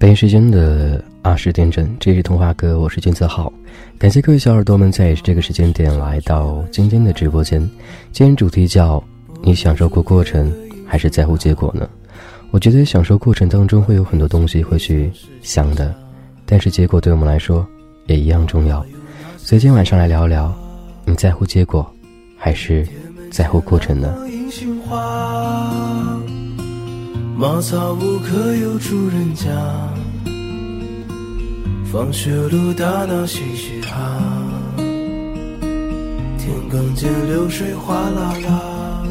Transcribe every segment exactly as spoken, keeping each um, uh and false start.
北京时间的二十点整，这是童话哥，我是君泽浩。感谢各位小耳朵们在这个时间点来到今天的直播间。今天主题叫你享受过过程还是在乎结果呢？我觉得享受过程当中会有很多东西会去想的，但是结果对我们来说也一样重要。所以今天晚上来聊聊，你在乎结果还是在乎过程呢？ 茅草屋可有住人家，放学路打闹嘻嘻哈，天更见流水哗啦啦，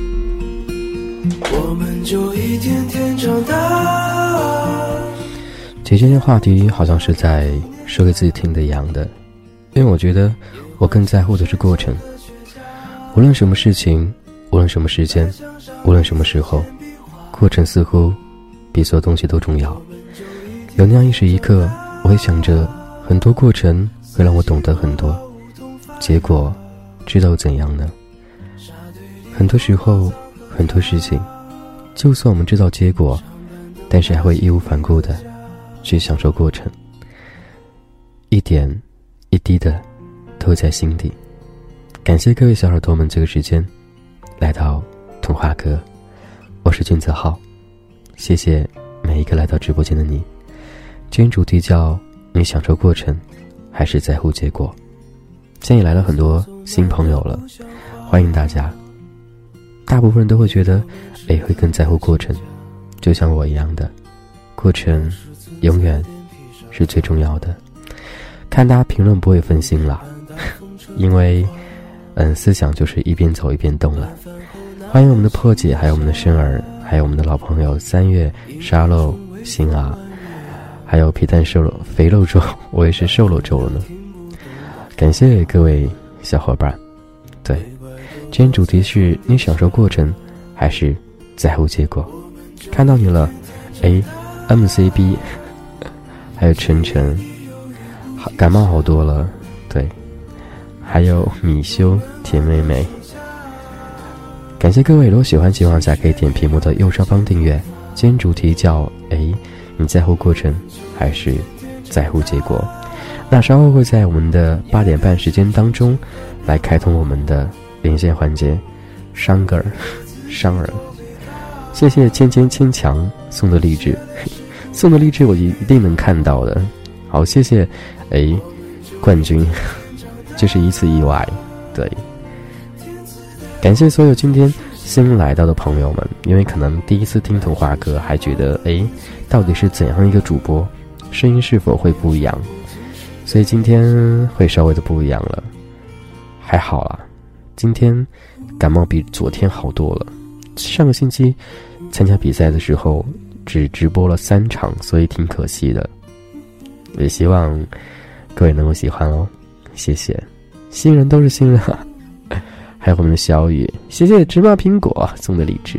我们就一天天长大。 其实今天话题好像是在说给自己听的一样的，因为我觉得我更在乎的是过程。无论什么事情，无论什么时间，无论什么时候，过程似乎比所有东西都重要。有那样一时一刻，我会想着很多过程会让我懂得很多，结果知道怎样呢？很多时候很多事情，就算我们知道结果，但是还会义无反顾的去享受过程，一点一滴的都在心底。感谢各位小耳朵们这个时间来到童话阁，我是君泽浩，谢谢每一个来到直播间的你。今天主题叫你享受过程还是在乎结果。现在也来了很多新朋友了，欢迎大家。大部分人都会觉得诶会更在乎过程，就像我一样的，过程永远是最重要的。看大家评论不会分心啦，因为嗯，思想就是一边走一边动了。欢迎我们的破姐，还有我们的生儿，还有我们的老朋友三月、沙漏、星啊，还有皮蛋瘦肉肥肉粥，我也是瘦肉粥了呢。感谢各位小伙伴。对，今天主题是你享受过程还是在乎结果。看到你了，哎 M C B 还有晨晨，感冒好多了。对，还有米修、甜妹妹。感谢各位，如果喜欢情况下可以点屏幕的右上方订阅。今天主题叫诶你在乎过程还是在乎结果。那稍后会在我们的八点半时间当中来开通我们的连线环节。商个儿商人，谢谢千千千强送的励志，送的励志我一定能看到的。好，谢谢诶冠军，这是一次意外。对，感谢所有今天新来到的朋友们，因为可能第一次听童话歌还觉得诶到底是怎样一个主播，声音是否会不一样，所以今天会稍微的不一样了。还好啦，今天感冒比昨天好多了。上个星期参加比赛的时候只直播了三场，所以挺可惜的，也希望各位能够喜欢哦。谢谢，新人都是新人啊。还有我们的小雨，谢谢芝麻苹果送的荔枝。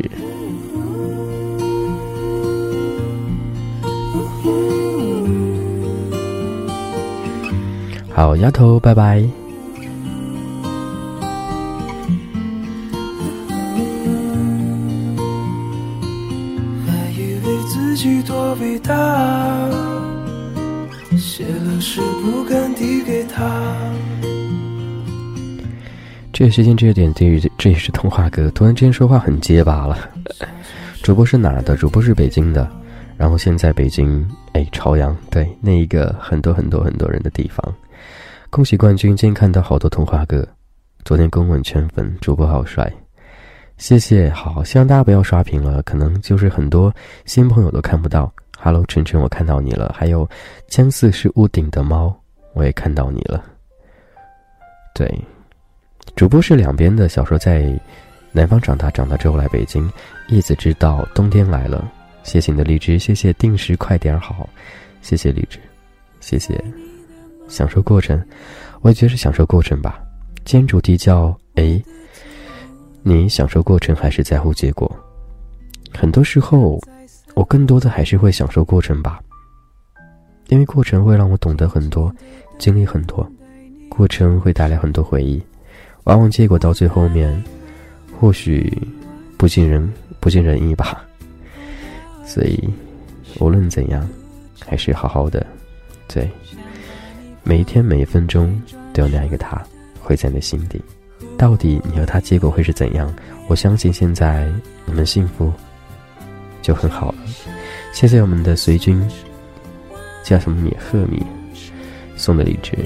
好，丫头拜拜。 还以为自己多伟大，写了诗不敢递给他。 这个时间这个点，这这也是童话哥。突然之间说话很结巴了。主播是哪儿的？主播是北京的，然后现在北京哎朝阳，对，那一个很多很多很多人的地方。恭喜冠军！今天看到好多童话哥，昨天公文圈粉，主播好帅，谢谢。好，希望大家不要刷屏了，可能就是很多新朋友都看不到。Hello 晨晨，我看到你了。还有相似是屋顶的猫，我也看到你了。对。主播是两边的，小时候在南方长大，长大之后来北京，一直知道冬天来了。谢谢你的荔枝，谢谢定时快点好，谢谢荔枝，谢谢。享受过程，我也觉得是享受过程吧。今天主题叫诶你享受过程还是在乎结果。很多时候我更多的还是会享受过程吧，因为过程会让我懂得很多，经历很多，过程会带来很多回忆，往往结果到最后面或许不尽人不尽人意吧。所以无论怎样， 还是好好的？对，每一天每一分钟都有那样一个他会在你的心底。到底你和他结果会是怎样？我相信现在你们幸福就很好了。谢谢我们的随军，叫什么米赫米送的荔枝。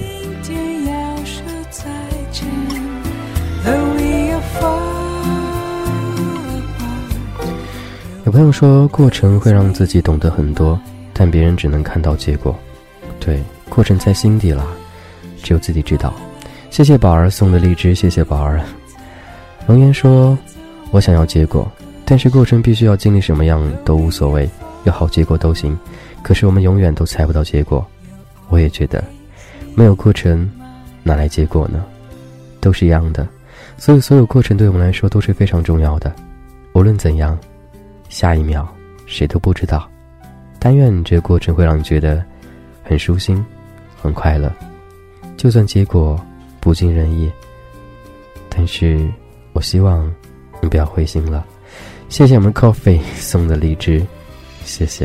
有朋友说，过程会让自己懂得很多，但别人只能看到结果。对，过程在心底啦，只有自己知道。谢谢宝儿送的荔枝，谢谢宝儿。龙岩说，我想要结果，但是过程必须要经历什么样都无所谓，有好结果都行，可是我们永远都猜不到结果。我也觉得没有过程哪来结果呢？都是一样的，所以所有过程对我们来说都是非常重要的。无论怎样，下一秒谁都不知道，但愿这个过程会让你觉得很舒心很快乐，就算结果不尽人意，但是我希望你不要灰心了。谢谢我们 Coffee 送的荔枝，谢谢。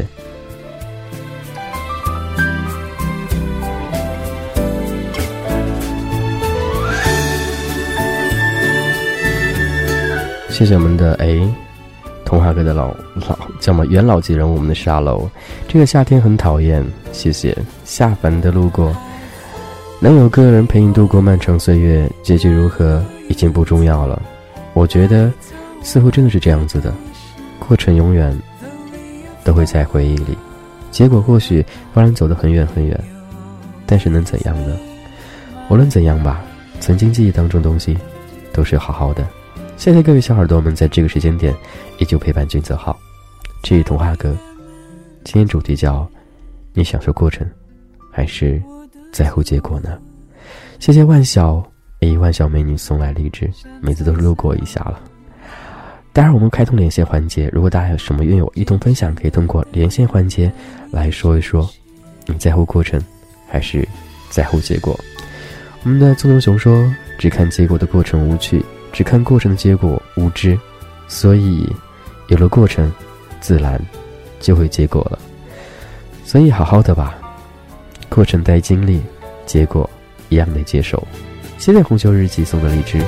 谢谢我们的哎，童话哥的老老叫什么元老级人物，我们的沙楼。这个夏天很讨厌，谢谢下凡的路过。能有个人陪你度过漫长岁月，结局如何已经不重要了。我觉得似乎真的是这样子的，过程永远都会在回忆里，结果或许会让人走得很远很远，但是能怎样呢？无论怎样吧，曾经记忆当中的东西都是好好的。谢谢各位小耳朵们在这个时间点依旧陪伴君泽浩。这是童话哥，今天主题叫你享受过程还是在乎结果呢？谢谢万小诶万小美女送来荔枝，每次都是路过一下了。待会儿我们开通连线环节，如果大家有什么愿意我一同分享，可以通过连线环节来说一说你在乎过程还是在乎结果。我们的纵龙熊说，只看结果的过程无趣，只看过程的结果无知，所以有了过程自然就会结果了。所以好好的吧，过程带经历，结果一样得接受。谢谢红袖日记送的荔枝。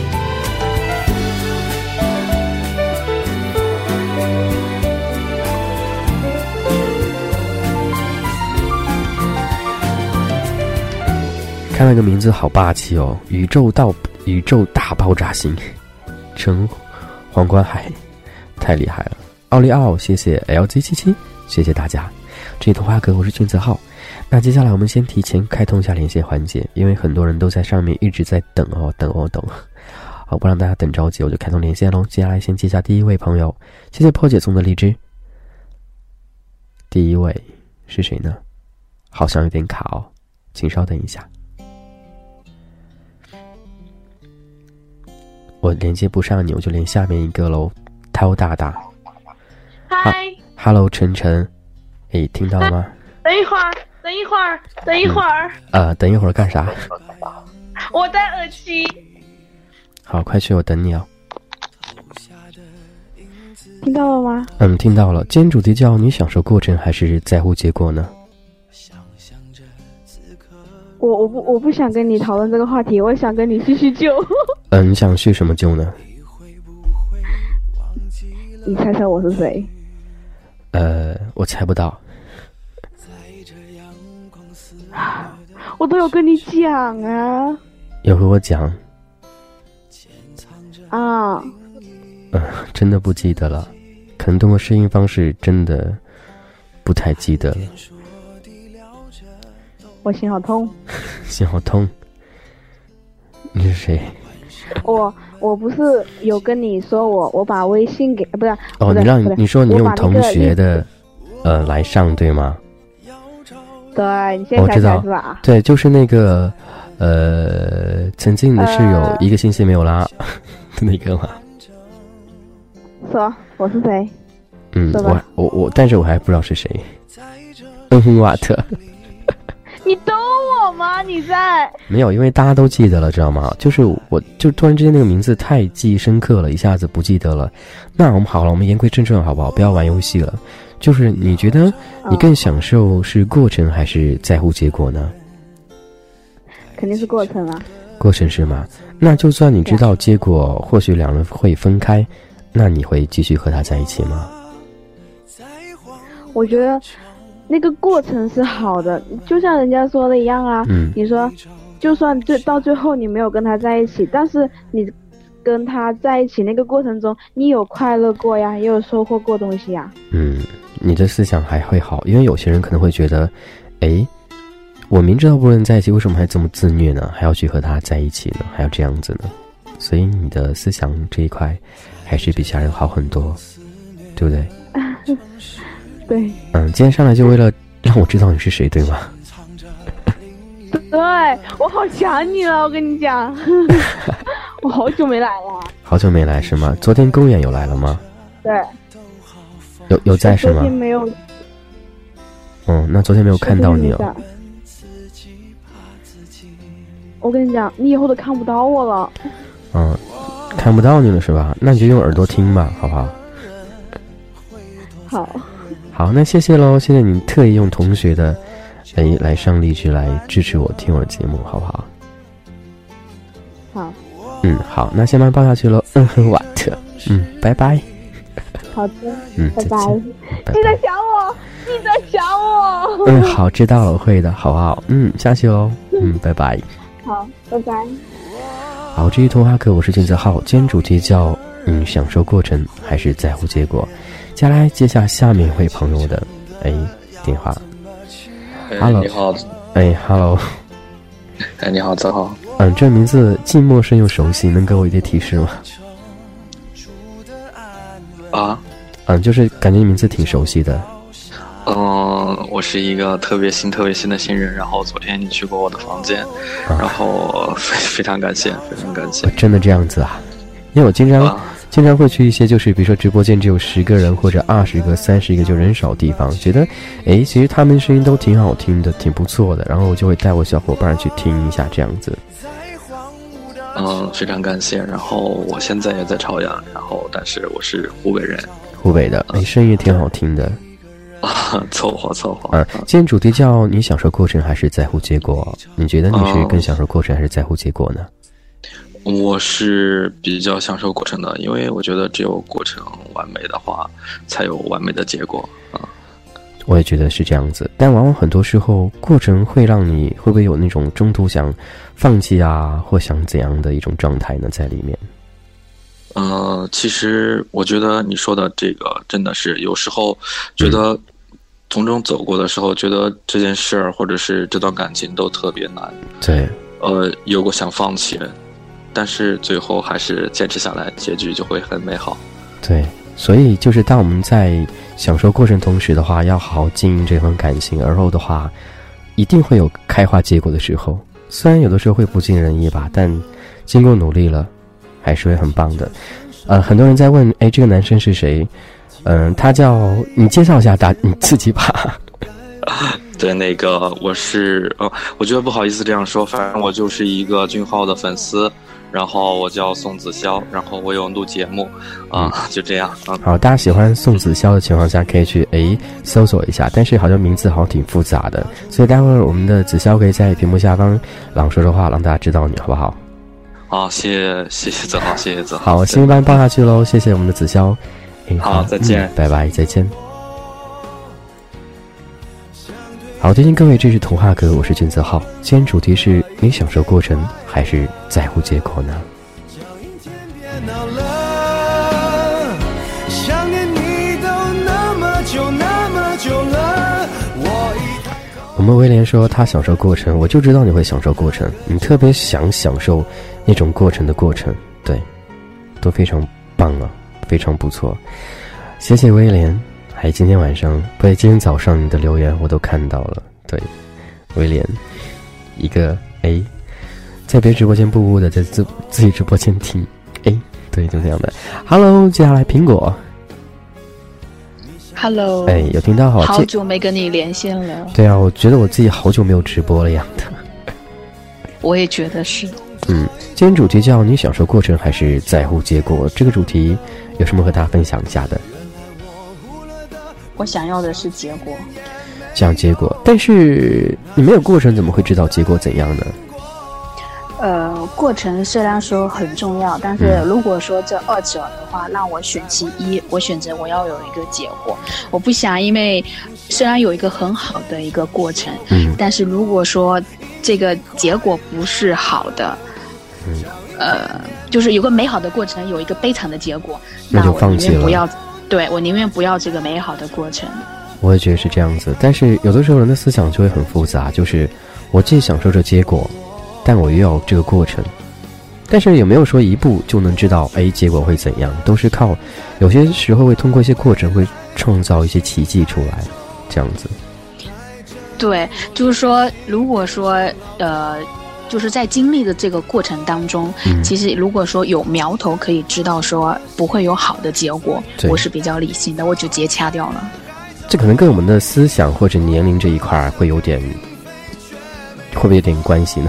看那个名字好霸气哦，宇宙到宇宙大爆炸型成皇冠海，太厉害了。奥利奥，谢谢 L Z 七七，谢谢大家。这里童话哥，我是俊泽浩。那接下来我们先提前开通一下连线环节，因为很多人都在上面一直在等哦等哦等，好，不让大家等着急，我就开通连线咯。接下来先接下第一位朋友，谢谢破姐送的荔枝。第一位是谁呢？好像有点卡哦，请稍等一下。我连接不上你，我就连下面一个喽。涛大大， 嗨 ，Hello 晨晨，哎，听到了吗？ 等一会儿，等一会儿，等一会儿。 嗯、呃，等一会儿干啥？ 我戴耳机。 好，快去，我等你哦。 听到了吗？ 嗯，听到了。今天主题叫你享受过程还是在乎结果呢？ 我我不我不想跟你讨论这个话题，我想跟你叙叙旧。 嗯、呃，你想叙什么旧呢？ 你猜猜我是谁？ 呃，我猜不到。 我都有跟你讲啊。 有和我讲。 啊。 嗯、呃，真的不记得了，可能通过声音方式真的不太记得了。 我心好痛。 心好痛。你是谁？ 我我不是有跟你说我我把微信给不是哦，你让你你说你用同学的呃来上对吗？ 对，你现在想起来是吧？ 对，就是那个呃，曾经你的室友一个星期没有拉、呃、的那个嘛。 说我是谁？ 嗯，我我我，但是我还不知道是谁。嗯哼，瓦特。 你懂我吗？你在没有，因为大家都记得了，知道吗？就是我就突然之间那个名字太记忆深刻了，一下子不记得了。那我们好了，我们言归正传好不好？不要玩游戏了。 就是你觉得你更享受是过程还是在乎结果呢？ 肯定是过程啊。 过程是吗？那就算你知道结果或许两人会分开，那你会继续和他在一起吗？ 我觉得那个过程是好的，就像人家说的一样啊。 嗯， 你说就算最到最后你没有跟他在一起，但是你跟他在一起那个过程中，你有快乐过呀，也有收获过东西呀。 嗯，你的思想还会好，因为有些人可能会觉得，诶，我明知道不能在一起，为什么还这么自虐呢？还要去和他在一起呢？还要这样子呢？所以你的思想这一块还是比其他人好很多，对不对？ 对。 嗯，今天上来就为了让我知道你是谁，对吗？ 对，我好想你了，我跟你讲。我好久没来了。 好久没来是吗？昨天公演有来了吗？ 对。 有有在是吗？ 昨天没有。 嗯，那昨天没有看到你哦。 我跟你讲，你以后都看不到我了。 嗯，看不到你了是吧？那你就用耳朵听吧，好不好？ 好。 好，那谢谢喽，谢谢你特意用同学的哎来上荔枝来支持我听我的节目，好不好？ 好。 嗯，好，那先慢慢报下去喽。嗯哼，瓦特，嗯，拜拜。 好的， 嗯， 拜拜。 拜拜。 记得想我，记得想我。 嗯，好，知道了，我会的，好不好？嗯，下去哦。嗯，拜拜。 好，拜拜。 好，这一童话课我是金泽浩，今天主题叫嗯，享受过程还是在乎结果？接下来接下下面一位朋友的哎电话。 哎 Hello， 你好。 哎 ，Hello。 哎，你好，泽浩。 嗯，这名字既陌生又熟悉，能给我一点提示吗？ 啊？ 嗯，就是感觉你名字挺熟悉的。 嗯，我是一个特别新、特别新的新人。然后昨天你去过我的房间，啊、然后非非常感谢，非常感谢。 真的这样子啊？因为我经常、啊、经常会去一些就是比如说直播间只有十个人或者二十个、三十个就人少地方，觉得哎，其实他们声音都挺好听的，挺不错的，然后我就会带我小伙伴去听一下这样子。 嗯，非常感谢。然后我现在也在朝阳，然后但是我是湖北人。 湖北的，哎，声音也挺好听的。 啊，凑合凑合。 嗯，今天主题叫你享受过程还是在乎结果？你觉得你是更享受过程还是在乎结果呢？ 我是比较享受过程的，因为我觉得只有过程完美的话，才有完美的结果啊。 我也觉得是这样子，但往往很多时候，过程会让你会不会有那种中途想放弃啊，或想怎样的一种状态呢？在里面。 呃，其实我觉得你说的这个真的是有时候觉得从中走过的时候，嗯、觉得这件事儿或者是这段感情都特别难。 对。 呃，有过想放弃，但是最后还是坚持下来，结局就会很美好。 对，所以就是当我们在享受过程同时的话，要好好经营这份感情，而后的话，一定会有开花结果的时候。虽然有的时候会不尽人意吧，但经过努力了。还是会很棒的，呃，很多人在问，哎，这个男生是谁？嗯、呃，他叫你介绍一下，大你自己吧。 对，那个我是，呃，我觉得不好意思这样说，反正我就是一个俊浩的粉丝，然后我叫宋子潇，然后我有录节目，啊、呃嗯，就这样。嗯、 好，大家喜欢宋子潇的情况下，可以去哎搜索一下，但是好像名字好像挺复杂的，所以待会儿我们的子潇可以在屏幕下方朗说的话，让大家知道你好不好？ 好，谢谢谢谢泽浩，谢谢泽浩。 好，新一班报下去喽，谢谢我们的子潇。 好，再见、 嗯，拜拜，再见。好，提醒各位，这是童话阁，我是俊泽浩。今天主题是你享受过程还是在乎结果呢？想念你都那么久那么久了，我们威廉说他享受过程，我就知道你会享受过程，你特别想享受那种过程的过程，对，都非常棒啊，非常不错。谢谢威廉，还今天晚上不对，今天早上你的留言我都看到了，对，威廉，一个哎，在别直播间不污的，在自自己直播间听，哎，对，就这样的。Hello， 接下来苹果。 Hello， 哎，有听到好？ 好久没跟你连线了。 对啊，我觉得我自己好久没有直播了样的。 我也觉得是。 嗯，今天主题叫你享受过程还是在乎结果？这个主题有什么和大家分享一下的？ 我想要的是结果。 想结果，但是你没有过程怎么会知道结果怎样呢？ 呃，过程虽然说很重要，但是如果说这二者的话，让我选其一，我选择我要有一个结果。我不想因为虽然有一个很好的一个过程，嗯，但是如果说这个结果不是好的，嗯，呃，就是有个美好的过程，有一个悲惨的结果， 那就放弃了。 我宁愿不要，对，我宁愿不要这个美好的过程。 我也觉得是这样子，但是有的时候人的思想就会很复杂，就是我既享受着结果，但我又要这个过程。但是有没有说一步就能知道哎结果会怎样，都是靠有些时候会通过一些过程会创造一些奇迹出来，这样子。 对，就是说如果说呃就是在经历的这个过程当中，嗯，其实如果说有苗头可以知道说不会有好的结果，我是比较理性的，我就直接掐掉了。 这可能跟我们的思想或者年龄这一块会有点会不会有点关系呢？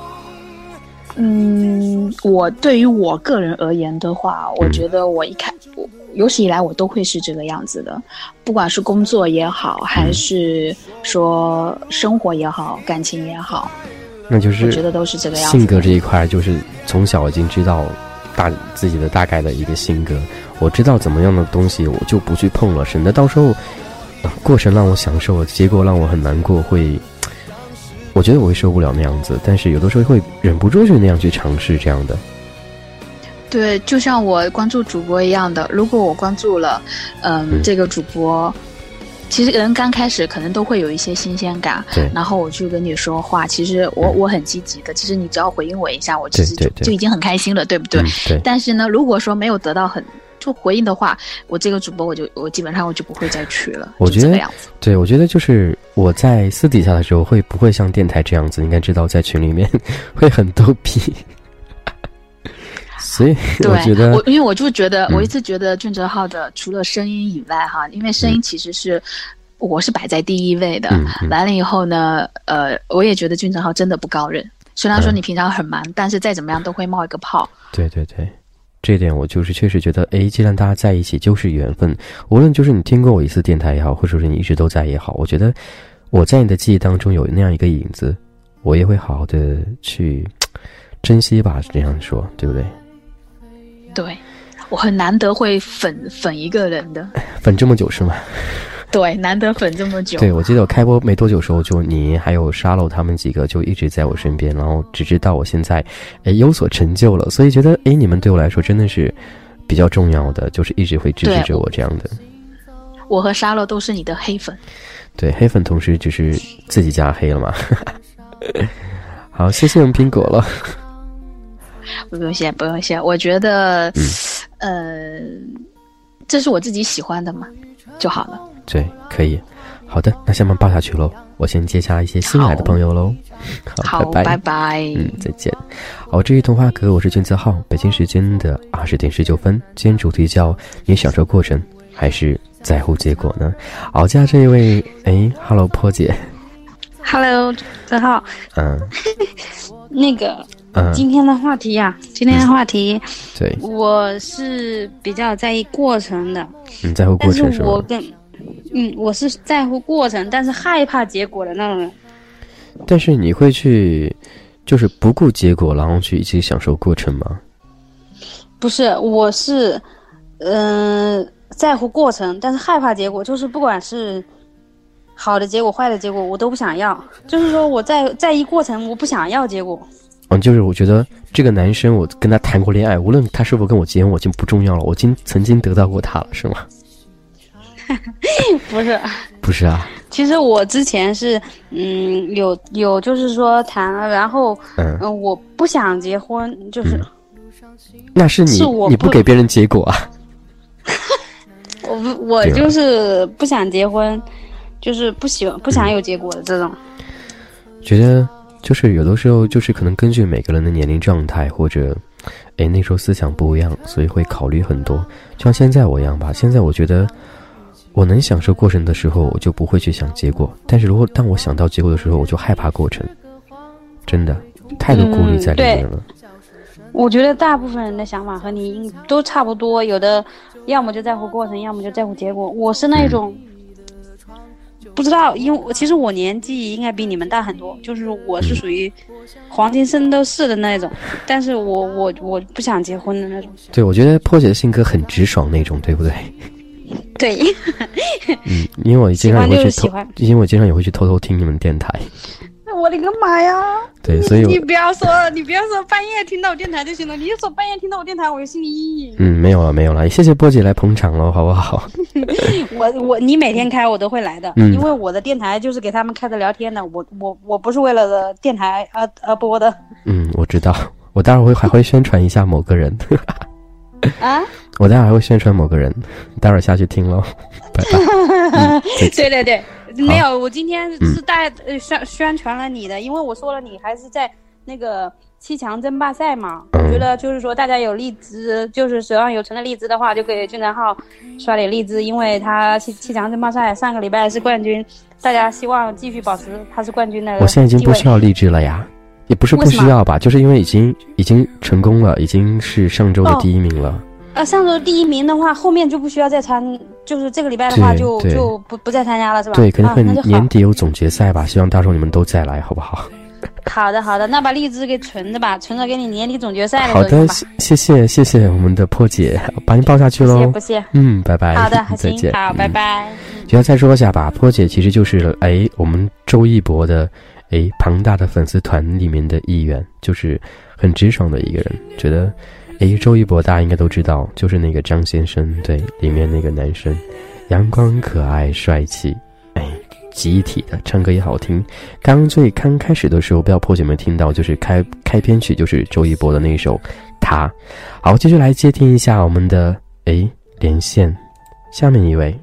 嗯，我对于我个人而言的话，我觉得我一开我有史以来我都会是这个样子的，不管是工作也好，还是说生活也好，感情也好， 那就是我觉得都是这个样子。 性格这一块就是从小已经知道大自己的大概的一个性格，我知道怎么样的东西我就不去碰了，省得到时候过程让我享受，结果让我很难过，会我觉得我会受不了那样子，但是有的时候会忍不住去那样去尝试这样的。 对，就像我关注主播一样的，如果我关注了嗯, 嗯这个主播，其实人刚开始可能都会有一些新鲜感，对，然后我去跟你说话，其实我、嗯、我很积极的，其实你只要回应我一下，我其实就就已经很开心了，对不对？嗯、对。但是呢，如果说没有得到很就回应的话，我这个主播我就我基本上我就不会再去了。 我觉得这个样子， 对，我觉得就是我在私底下的时候会不会像电台这样子，应该知道在群里面会很逗逼。所以我觉得， 我因为我就觉得，嗯、我一直觉得俊哲浩的除了声音以外，哈，因为声音其实是、嗯、我是摆在第一位的。嗯嗯、完了以后呢，呃，我也觉得俊哲浩真的不高人。虽然说你平常很忙，嗯、但是再怎么样都会冒一个泡。 对对对。这一点我就是确实觉得，哎，既然大家在一起就是缘分，无论就是你听过我一次电台也好，或者是你一直都在也好，我觉得我在你的记忆当中有那样一个影子，我也会好好的去珍惜吧，这样说，对不对？ 对，我很难得会粉粉一个人的， 粉这么久是吗？ 对，难得粉这么久。 对，我记得我开播没多久的时候，就你还有沙漏他们几个就一直在我身边，然后直至到我现在哎有所成就了，所以觉得哎你们对我来说真的是比较重要的，就是一直会支持着我这样的。 我和沙漏都是你的黑粉。对， 黑粉同时只是自己加黑了嘛。好，谢谢我们苹果了。 不用谢，不用谢。我觉得，嗯、呃，这是我自己喜欢的嘛，就好了。 对，可以。好的，那下面报下去喽。我先接下一些新来的朋友喽。 好， 拜拜， 拜拜。 嗯，再见。好，这一童话阁，我是俊泽浩。北京时间的二十点十九分，今天主题叫你享受过程还是在乎结果呢？熬家这一位，哎 ，Hello 坡姐。 Hello， 泽浩。 嗯。 那个。嗯、今天的话题呀、啊，今天的话题， 嗯、对， 我是比较在意过程的。 你在乎过程是吗？ 但是我跟，嗯，我是在乎过程，但是害怕结果的那种人。 但是你会去，就是不顾结果，然后去一起享受过程吗？ 不是，我是，嗯、呃，在乎过程，但是害怕结果，就是不管是好的结果、坏的结果，我都不想要。就是说我在在意过程，我不想要结果。 嗯，就是我觉得这个男生，我跟他谈过恋爱，无论他是否跟我结婚，我已经不重要了。我今曾经得到过他了，是吗？ 不是， 不是啊。 其实我之前是，嗯，有有就是说谈了，然后，嗯、呃，我不想结婚，就是。嗯、 那是你是我不你不给别人结果啊？ 我不，我就是不想结婚，就是不喜欢不想有结果的这种。 觉得。就是有的时候就是可能根据每个人的年龄状态或者诶那时候思想不一样，所以会考虑很多。就像现在我一样吧，现在我觉得我能享受过程的时候，我就不会去想结果，但是如果当我想到结果的时候，我就害怕过程。真的太多顾虑在里面了、嗯、 我觉得大部分人的想法和你都差不多，有的要么就在乎过程，要么就在乎结果。我是那种不知道，因为我其实我年纪应该比你们大很多，就是我是属于黄金圣斗士的那种，但是我我我不想结婚的那种。 对，我觉得波姐的性格很直爽那种，对不对？ 对。 嗯，因为我经常也会去偷，因为我经常也会去偷偷听你们电台。 我的个妈呀！ 对，所以你不要说了，你不要说半夜听到我电台就行了，你一说半夜听到我电台，我有心理阴影。 嗯，没有了，没有了，谢谢波姐来捧场了，好不好？ 我我你每天开我都会来的，嗯、因为我的电台就是给他们开着聊天的，我我我不是为了电台而而播的。嗯， 我知道，我待会儿会还会宣传一下某个人。 啊？ 我待会儿还会宣传某个人，待会儿下去听喽，拜拜。嗯、 对对对。没有，我今天是带、嗯、宣宣传了你的，因为我说了你还是在那个七强争霸赛嘛、嗯、我觉得就是说大家有荔枝，就是手上有存的荔枝的话，就给俊男号刷点荔枝，因为他七七强争霸赛上个礼拜是冠军，大家希望继续保持他是冠军的。 我现在已经不需要荔枝了呀，也不是不需要吧，就是因为已经已经成功了，已经是上周的第一名了。哦呃，上周第一名的话，后面就不需要再参，就是这个礼拜的话就就不不再参加了，是吧？ 对，可能会年底有总决赛吧，希望到时候你们都再来，好不好？ 好的，好的，那把荔枝给存着吧，存着给你年底总决赛的时候。 好的，谢谢谢谢我们的波姐，把你抱下去喽。 不谢不谢， 嗯，拜拜。 好的， 再见， 好，拜拜。 就要再说一下吧，波姐其实就是哎我们周一博的哎庞大的粉丝团里面的一员，就是很直爽的一个人，觉得。诶，周一博大家应该都知道，就是那个张先生，对，里面那个男生，阳光可爱帅气，哎，集体的，唱歌也好听。刚刚最刚开始的时候，不知道波姐们听到，就是开开篇曲就是周一博的那一首《他》。好，继续来接听一下我们的诶连线，下面一位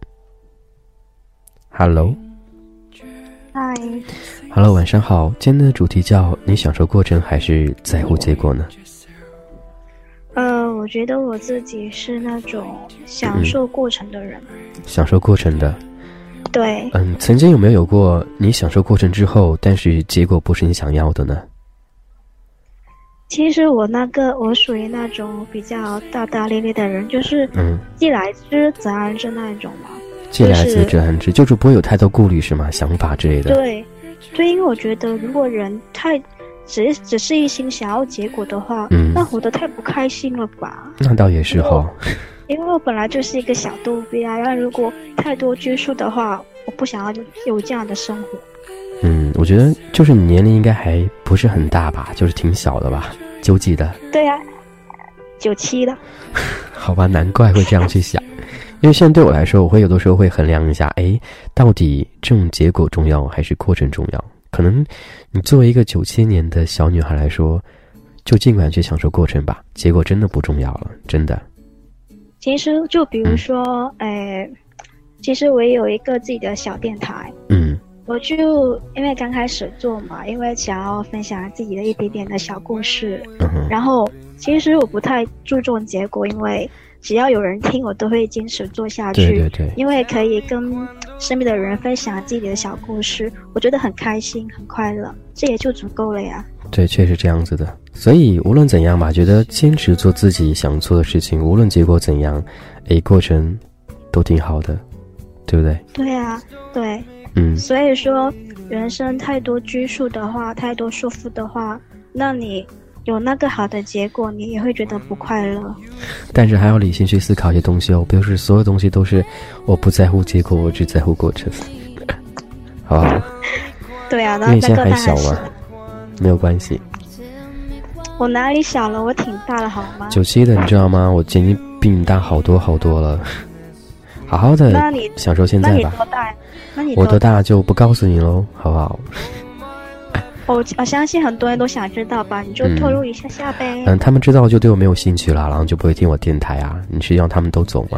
，Hello， 嗨 ，Hello， 晚上好。今天的主题叫你享受过程还是在乎结果呢？ 呃，我觉得我自己是那种享受过程的人。 嗯、享受过程的。 对。 嗯，曾经有没有有过你享受过程之后，但是结果不是你想要的呢？ 其实我那个我属于那种比较大大咧咧的人，就是嗯，既来之则安之那种嘛。 既来之则安之，就是不会有太多顾虑是吗？想法之类的。 对，对，因为我觉得如果人太。只只是一心想要结果的话，嗯，那活得太不开心了吧？ 那倒也是哈， 因为我本来就是一个小逗逼啊，那如果太多拘束的话，我不想要有这样的生活。 嗯，我觉得就是你年龄应该还不是很大吧，就是挺小的吧，九几的？ 对呀、啊，九七的。 好吧，难怪会这样去想，因为现在对我来说，我会有的时候会衡量一下，哎，到底这种结果重要还是过程重要？可能你作为一个九七年的小女孩来说，就尽管去享受过程吧，结果真的不重要了，真的。 其实就比如说，哎、嗯，其实我也有一个自己的小电台， 嗯， 我就因为刚开始做嘛，因为想要分享自己的一点点的小故事， 嗯， 然后其实我不太注重结果，因为只要有人听，我都会坚持做下去。 对对对， 因为可以跟身边的人分享自己的小故事，我觉得很开心很快乐，这也就足够了呀。 对，确实这样子的。所以无论怎样吧，觉得坚持做自己想做的事情，无论结果怎样，诶，过程都挺好的，对不对？ 对啊，对， 嗯。 所以说人生太多拘束的话，太多束缚的话，那你有那个好的结果，你也会觉得不快乐。 但是还要理性去思考一些东西哦，不是所有东西都是我不在乎结果，我只在乎过程，好不好？ 对啊，那因为现在还小嘛，没有关系。 我哪里小了？我挺大了，好吗？ 九七的，你知道吗？我已经比你大好多好多了。好好的享受现在吧。 那你多大？那你我多大就不告诉你喽，好不好？ 我我相信很多人都想知道吧，你就透露一下下呗。 嗯，嗯他们知道就对我没有兴趣了，然后就不会听我电台啊。你是让他们都走吗？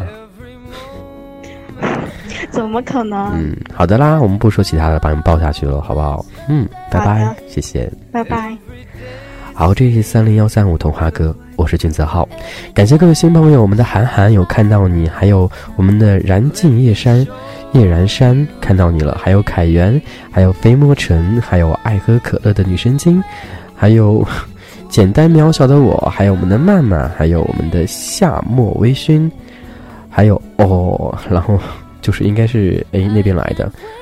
怎么可能？ 嗯，好的啦，我们不说其他的，把你们抱下去了，好不好？嗯，拜拜，谢谢， 拜拜。 好，这是三零幺三五童话哥，我是君泽浩，感谢各位新朋友，我们的韩寒有看到你，还有我们的燃尽夜山。叶然山看到你了，还有凯源，还有飞墨尘，还有爱喝可乐的女神经，还有简单渺小的我，还有我们的曼曼，还有我们的夏末微醺，还有哦，然后就是应该是诶那边来的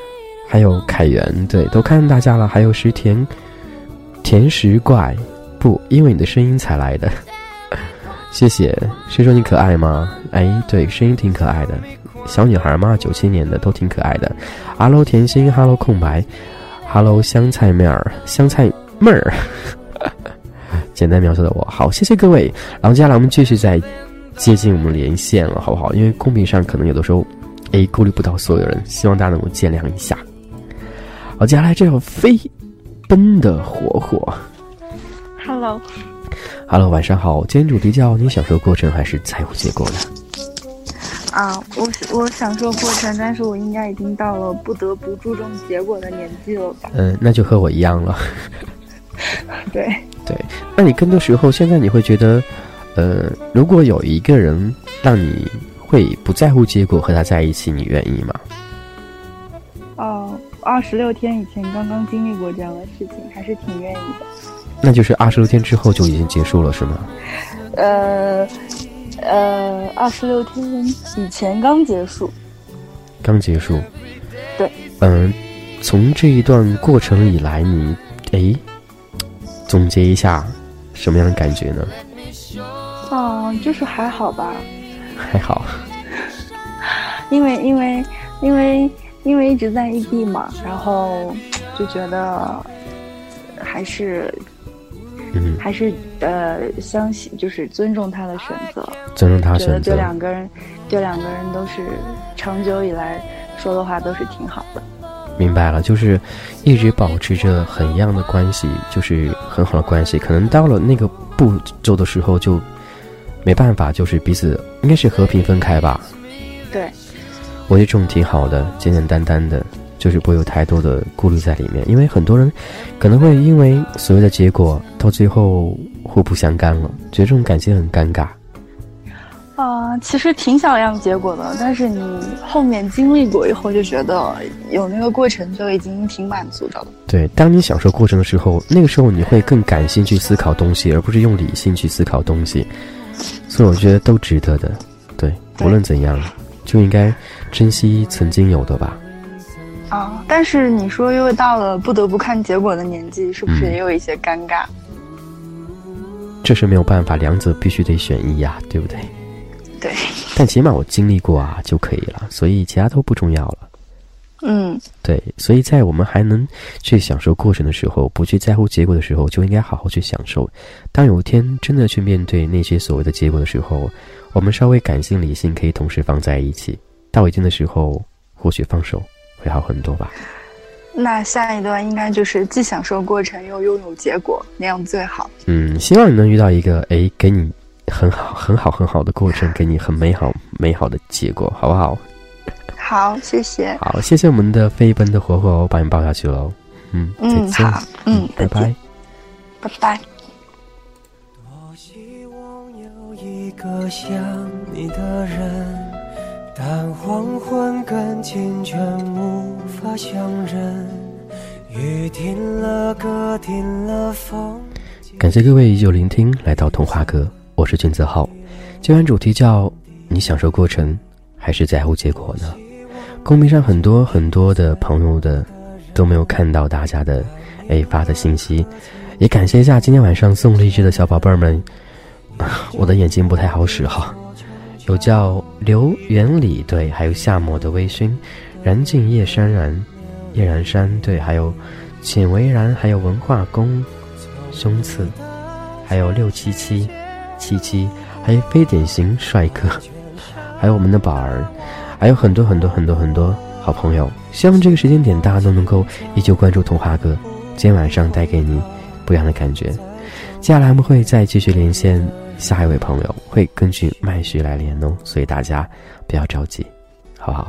还有凯源，对，都看大家了。还有石田甜食怪，不，因为你的声音才来的。谢谢。谁说你可爱吗？哎，对，声音挺可爱的。小女孩嘛，九七年的都挺可爱的。Hello 甜心 ，Hello 空白 ，Hello 香菜妹儿，香菜妹儿。简单描述的我好，谢谢各位。然后接下来我们继续再接近我们连线了，好不好？因为公屏上可能有的时候，哎，顾虑不到所有人，希望大家能够见谅一下。好，接下来这首飞奔的火火。 Hello，Hello， Hello, 晚上好。今天主题叫你享受过程还是在乎结果呢？ 啊，我我享受过程，但是我应该已经到了不得不注重结果的年纪了吧？ 嗯，那就和我一样了。 对对，那你更多时候现在你会觉得，呃，如果有一个人让你会不在乎结果和他在一起，你愿意吗？ 哦，二十六天以前刚刚经历过这样的事情，还是挺愿意的。 那就是二十六天之后就已经结束了，是吗？ 呃呃，二十六天以前刚结束。 刚结束。 对。 嗯，从这一段过程以来，你哎。总结一下什么样的感觉呢？ 哦，就是还好吧。 还好。 因为因为因为因为一直在异地嘛，然后就觉得还是嗯还是呃相信，就是尊重他的选择， 尊重他选择， 觉得对两个人对两个人都是长久以来说的话都是挺好的。 明白了，就是一直保持着很一样的关系，就是很好的关系，可能到了那个步骤的时候就没办法，就是彼此应该是和平分开吧。 对， 我觉得这种挺好的，简简单单的，就是不会有太多的顾虑在里面，因为很多人可能会因为所谓的结果到最后互不相干了，觉得这种感情很尴尬。 啊、呃，其实挺想要结果的，但是你后面经历过以后，就觉得有那个过程就已经挺满足的了。 对，当你享受过程的时候，那个时候你会更感性去思考东西，而不是用理性去思考东西。所以我觉得都值得的。对，无论怎样，就应该珍惜曾经有的吧。 啊、呃，但是你说又到了不得不看结果的年纪，是不是也有一些尴尬？ 嗯、这是没有办法，两者必须得选一呀、啊，对不对？ 对， 但起码我经历过啊就可以了，所以其他都不重要了。 嗯， 对，所以在我们还能去享受过程的时候，不去在乎结果的时候，就应该好好去享受。当有一天真的去面对那些所谓的结果的时候，我们稍微感性理性可以同时放在一起，到一定的时候或许放手会好很多吧。 那下一段应该就是既享受过程又拥有结果，那样最好。 嗯，希望你能遇到一个诶给你很好很好很好的过程，给你很美好美好的结果，好不好？ 好，谢谢。 好，谢谢我们的飞奔的火火，我把你抱下去喽。嗯， 嗯， 再见。 好，嗯， 拜拜， 拜拜。 多希望有一个像你的人，但黄昏跟清晨无法相认。雨停了，歌停了，风。 感谢各位依旧聆听，来到童话阁，我是君泽浩。今晚主题叫你享受过程还是在乎结果呢？公屏上很多很多的朋友的都没有看到大家的哎发的信息，也感谢一下今天晚上送荔枝的小宝贝儿们。我的眼睛不太好使哈，有叫刘元礼，对，还有夏末的微醺，燃尽夜山然夜然山，对，还有浅为然，还有文化宫胸次，还有六七七七七，还有非典型帅哥，还有我们的宝儿，还有很多很多很多很多好朋友。希望这个时间点大家都能够依旧关注童话哥，今天晚上带给你不一样的感觉。接下来我们会再继续连线下一位朋友，会根据麦序来连哦，所以大家不要着急，好不好？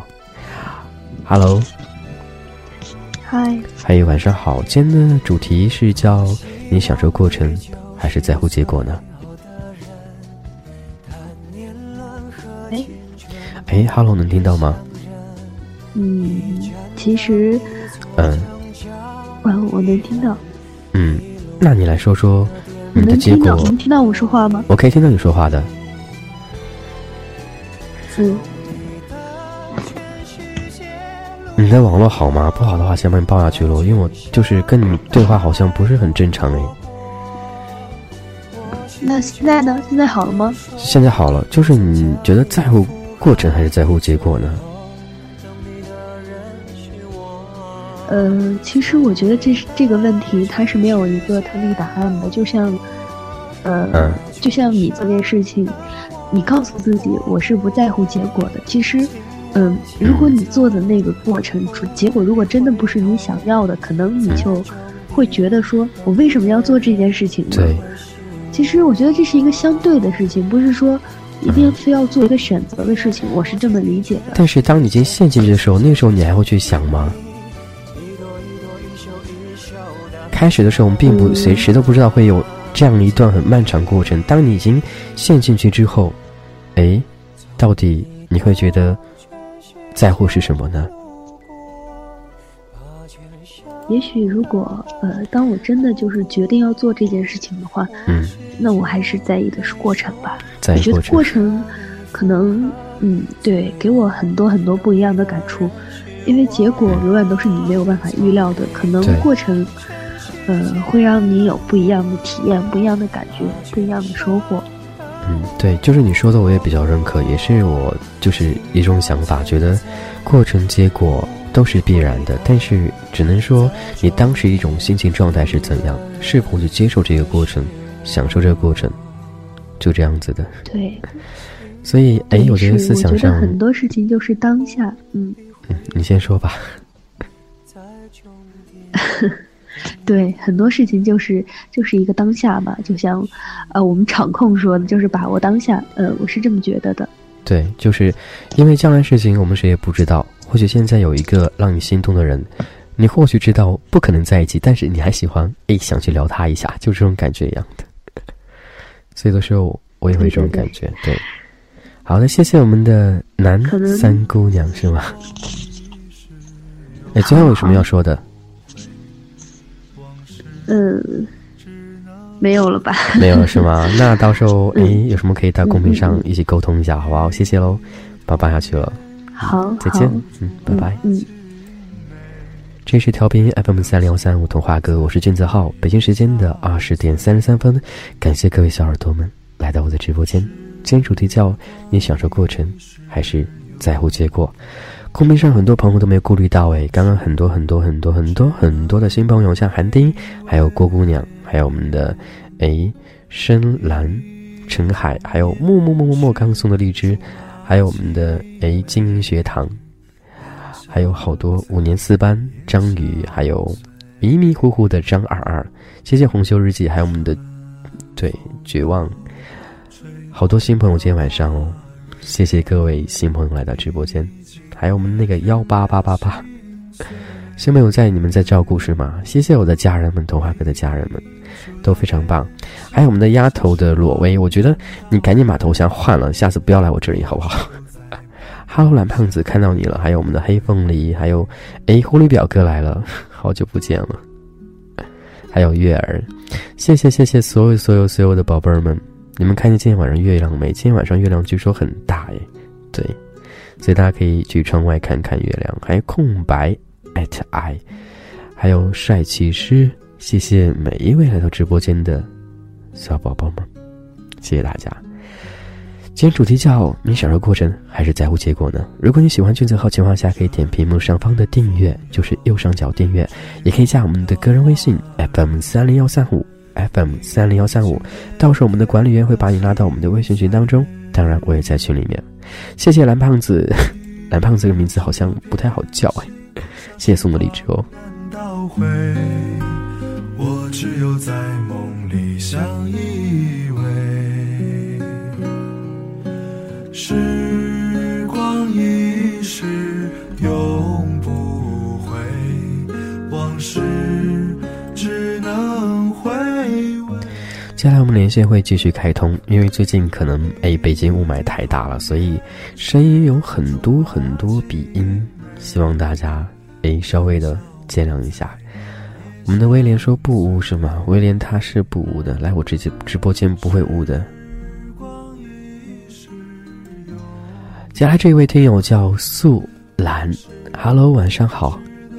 Hello， 嗨， 嗨，晚上好。今天的主题是叫你享受过程还是在乎结果呢？ 哎哎 ，Hello， 能听到吗？ 嗯，其实， 嗯， 我我能听到。 嗯，那你来说说你你的结果。 能听到我说话吗？ 我可以听到你说话的。 嗯。 嗯， 你的网络好吗？不好的话先把你报下去咯，因为我就是跟你对话好像不是很正常诶。 那现在呢？现在好了吗？ 现在好了，就是你觉得在乎过程还是在乎结果呢？ 呃，其实我觉得这是这个问题，它是没有一个特定答案的。就像，呃，嗯、就像你这件事情，你告诉自己我是不在乎结果的。其实，嗯、呃，如果你做的那个过程，结果如果真的不是你想要的，可能你就会觉得说，我为什么要做这件事情呢？ 对。 其实我觉得这是一个相对的事情，不是说一定非要做一个选择的事情，我是这么理解的。 但是当你已经陷进去的时候，那个时候你还会去想吗？开始的时候我们并不谁、嗯、谁都不知道会有这样一段很漫长过程，当你已经陷进去之后，诶，到底你会觉得在乎是什么呢？ 也许如果呃，当我真的就是决定要做这件事情的话， 嗯， 那我还是在意的是过程吧。 在意过程， 我觉得过程可能嗯，对，给我很多很多不一样的感触，因为结果永远都是你没有办法预料的，可能过程呃会让你有不一样的体验、不一样的感觉、不一样的收获。 嗯，对，就是你说的我也比较认可，也是我就是一种想法，觉得过程结果都是必然的，但是只能说你当时一种心情状态是怎样，是否去接受这个过程，享受这个过程，就这样子的。 对， 所以哎，我觉得思想上， 我觉得很多事情就是当下。嗯嗯，你先说吧。 对，很多事情就是就是一个当下嘛，就像呃我们场控说的，就是把握当下。呃，我是这么觉得的。 对，就是因为将来事情我们谁也不知道，或许现在有一个让你心动的人，你或许知道不可能在一起，但是你还喜欢，哎，想去聊他一下，就这种感觉一样的。所以有时候我也会这种感觉。对，对，好的，谢谢我们的南三姑娘，是吗？哎，最后有什么要说的？ 嗯，没有了吧？ 没有了是吗？那到时候哎、嗯，有什么可以在公屏上一起沟通一下，好不好？谢谢喽，爸爸下去了。 好， 再见。嗯，拜拜。 嗯，嗯这是调频 F M 三零幺三五童话哥，我是俊子浩。北京时间的二十点三十三分，感谢各位小耳朵们来到我的直播间。今天主题叫你享受过程还是在乎结果？公屏上很多朋友都没有顾虑到诶，刚刚很多很多很多很多很多的新朋友，像韩丁，还有郭姑娘，还有我们的诶深蓝、陈海，还有默默默默默刚送的荔枝，还有我们的诶精英学堂，还有好多五年四班张宇，还有迷迷糊糊的张二二，谢谢红袖日记，还有我们的对绝望，好多新朋友今天晚上哦，谢谢各位新朋友来到直播间。还有我们那个幺八八八八，新朋友在，你们在照顾是吗？谢谢我的家人们，童话哥的家人们都非常棒。还有我们的丫头的裸威，我觉得你赶紧把头像换了，下次不要来我这里好不好？哈喽蓝胖子，看到你了。还有我们的黑凤梨，还有诶狐狸表哥来了，好久不见了。还有月儿，谢谢谢谢所有所有所有的宝贝儿们，你们看见今天晚上月亮没？今天晚上月亮据说很大耶，对。所以大家可以去窗外看看月亮。还有空白 at i， 还有帅气师，谢谢每一位来到直播间的小宝宝们，谢谢大家。今天主题叫你享受过程还是在乎结果呢？如果你喜欢俊子号情况下，可以点屏幕上方的订阅，就是右上角订阅，也可以加我们的个人微信 F M 三零幺三五 F M 三零幺三五，到时候我们的管理员会把你拉到我们的微信群当中，当然我也在群里面。谢谢蓝胖子，蓝胖子这个名字好像不太好叫哎，谢谢送的荔枝哦。我只有在梦里相依偎，时光一逝永不回，往事只能回味。接下来我们连线会继续开通，因为最近可能哎北京雾霾太大了，所以声音有很多很多鼻音，希望大家哎稍微的见谅一下。我们的威廉说不污是吗？威廉他是不污的，来我直接直播间不会污的。接下来这位听友叫素兰 Hello， 晚上好。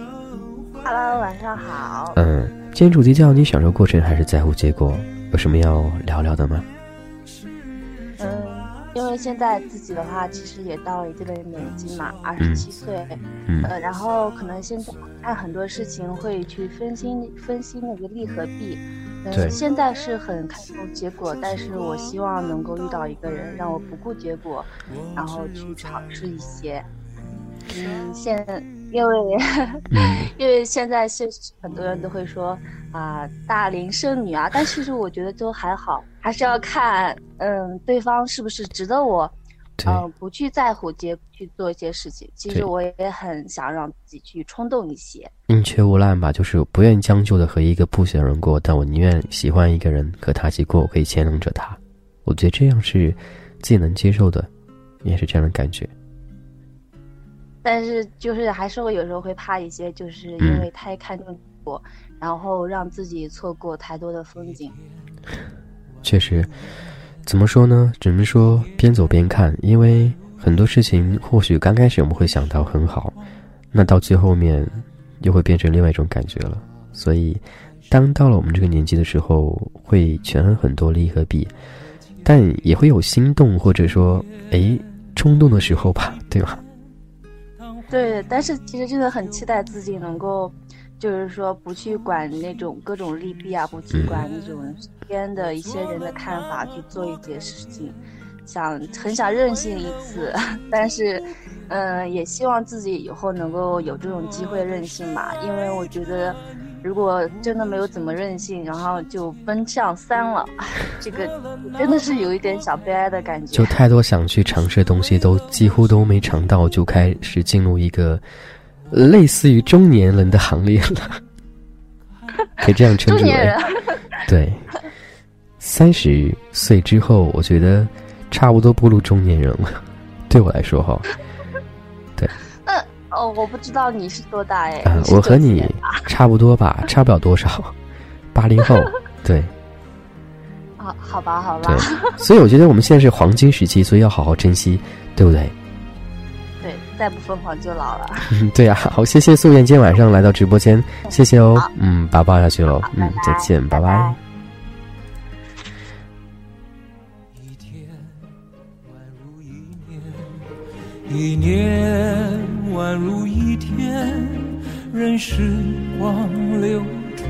Hello， 晚上好。 嗯，今天主题叫你享受过程还是在乎结果，有什么要聊聊的吗？ 嗯，因为现在自己的话，其实也到了一定的年纪嘛，二十七岁，嗯，呃，然后可能现在看很多事情会去分析分析那个利和弊。嗯，现在是很看重结果，但是我希望能够遇到一个人，让我不顾结果，然后去尝试一些。嗯，现因为因为现在是很多人都会说啊、呃，大龄剩女啊，但其实我觉得都还好，还是要看嗯对方是不是值得我，嗯、呃、不去在乎结去做一些事情。其实我也很想让自己去冲动一些， 宁缺毋滥吧，就是不愿意将就的和一个不喜欢人过，但我宁愿喜欢一个人，和他一起过，我可以牵动着他。我觉得这样是自己能接受的，也是这样的感觉。 但是就是还是会有时候会怕一些，就是因为太看重我、嗯、然后让自己错过太多的风景。 确实，怎么说呢，只能说边走边看，因为很多事情或许刚开始我们会想到很好，那到最后面又会变成另外一种感觉了。所以当到了我们这个年纪的时候，会权衡很多利和弊，但也会有心动或者说诶冲动的时候吧，对吧？ 对，但是其实真的很期待自己能够，就是说不去管那种各种利弊啊，不去管那种身边的一些人的看法，去做一些事情，想很想任性一次，但是，嗯、呃，也希望自己以后能够有这种机会任性吧，因为我觉得，如果真的没有怎么任性，然后就奔向三了，这个真的是有一点小悲哀的感觉。 就太多想去尝试的东西都几乎都没尝到，就开始进入一个类似于中年人的行列了，可以这样称之为。中年人。对，三十岁之后，我觉得差不多步入中年人了。对我来说哈，对。 哦，我不知道你是多大哎、 呃，我和你差不多吧，差不了多少，八零后，对。 好，好吧，好吧。 对，所以我觉得我们现在是黄金时期，所以要好好珍惜，对不对？ 对，再不疯狂就老了。 对啊，好，谢谢素颜今天晚上来到直播间，谢谢哦，嗯，把抱下去喽，嗯，再见，拜拜。 一年宛如一天，任时光流转。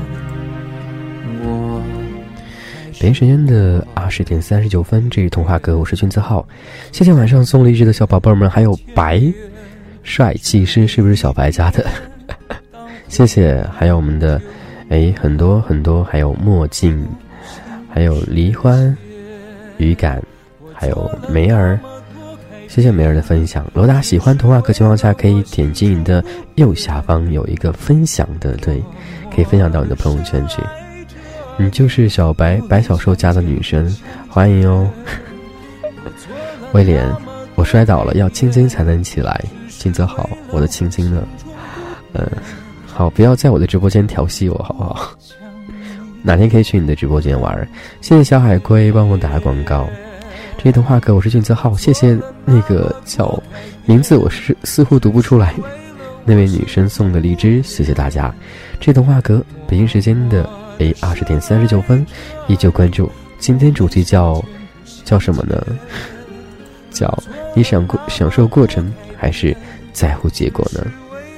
我北京时间的二十点三十九分，这是童话哥，我是君子浩。谢谢晚上送励志的小宝贝们，还有白帅技师，是不是小白家的？谢谢，还有我们的哎很多很多，还有墨镜，还有黎欢、语感，还有梅儿。谢谢梅儿的分享。罗达喜欢童话课情况下，可以点击你的右下方有一个分享的，对，可以分享到你的朋友圈去。你就是小白白小兽家的女神，欢迎哦。威廉，我摔倒了，要青筋才能起来。金泽好，我的青筋呢？嗯，好，不要在我的直播间调戏我，好不好？哪天可以去你的直播间玩？谢谢小海龟帮我打广告。这些童话哥，我是俊泽浩，谢谢那个叫名字我是似乎读不出来那位女生送的荔枝，谢谢大家。这童话哥，北京时间的诶二十点三十九分，依旧关注。今天主题叫叫什么呢？叫你想过享受过程还是在乎结果呢？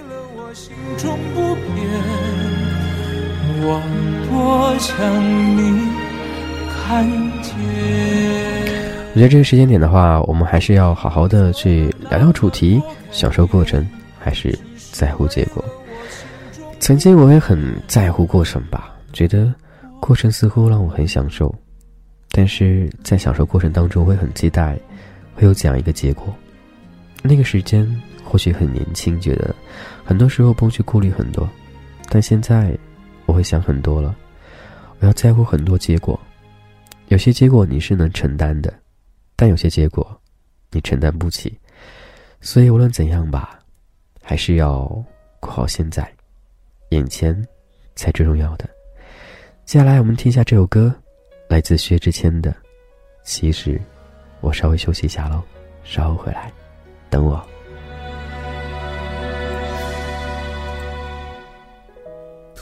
我多想你看见。 我觉得这个时间点的话，我们还是要好好的去聊聊主题，享受过程还是在乎结果。曾经我也很在乎过程吧，觉得过程似乎让我很享受，但是在享受过程当中会很期待会有这样一个结果。那个时间或许很年轻，觉得很多时候不用去顾虑很多，但现在我会想很多了，我要在乎很多结果。有些结果你是能承担的，但有些结果你承担不起，所以无论怎样吧，还是要过好现在，眼前才最重要的。接下来我们听一下这首歌，来自薛之谦的《其实我稍微休息一下咯，稍后回来等我。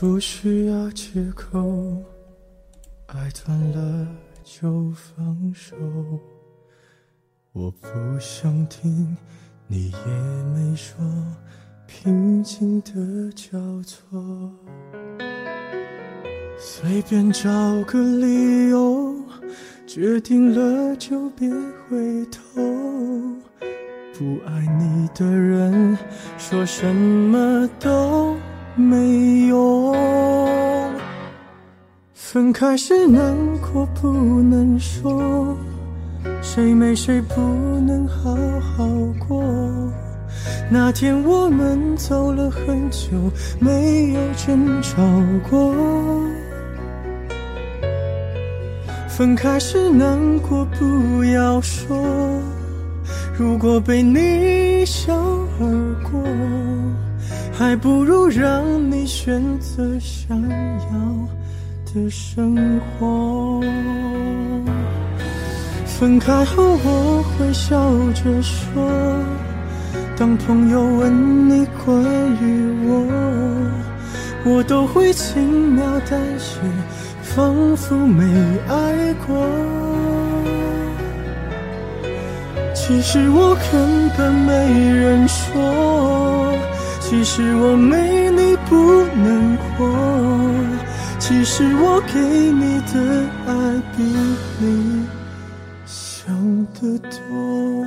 不需要借口，爱断了就放手，我不想听，你也没说，平静的交错，随便找个理由，决定了就别回头，不爱你的人说什么都没用，分开时难过不能说，谁没谁不能好好过，那天我们走了很久，没有争吵过，分开时难过不要说，如果被你笑而过，还不如让你选择想要的生活。分开后我会笑着说，当朋友问你关于我，我都会轻描淡写，仿佛没爱过。其实我根本没人说，其实我没你不能活，其实我给你的爱比你想得多。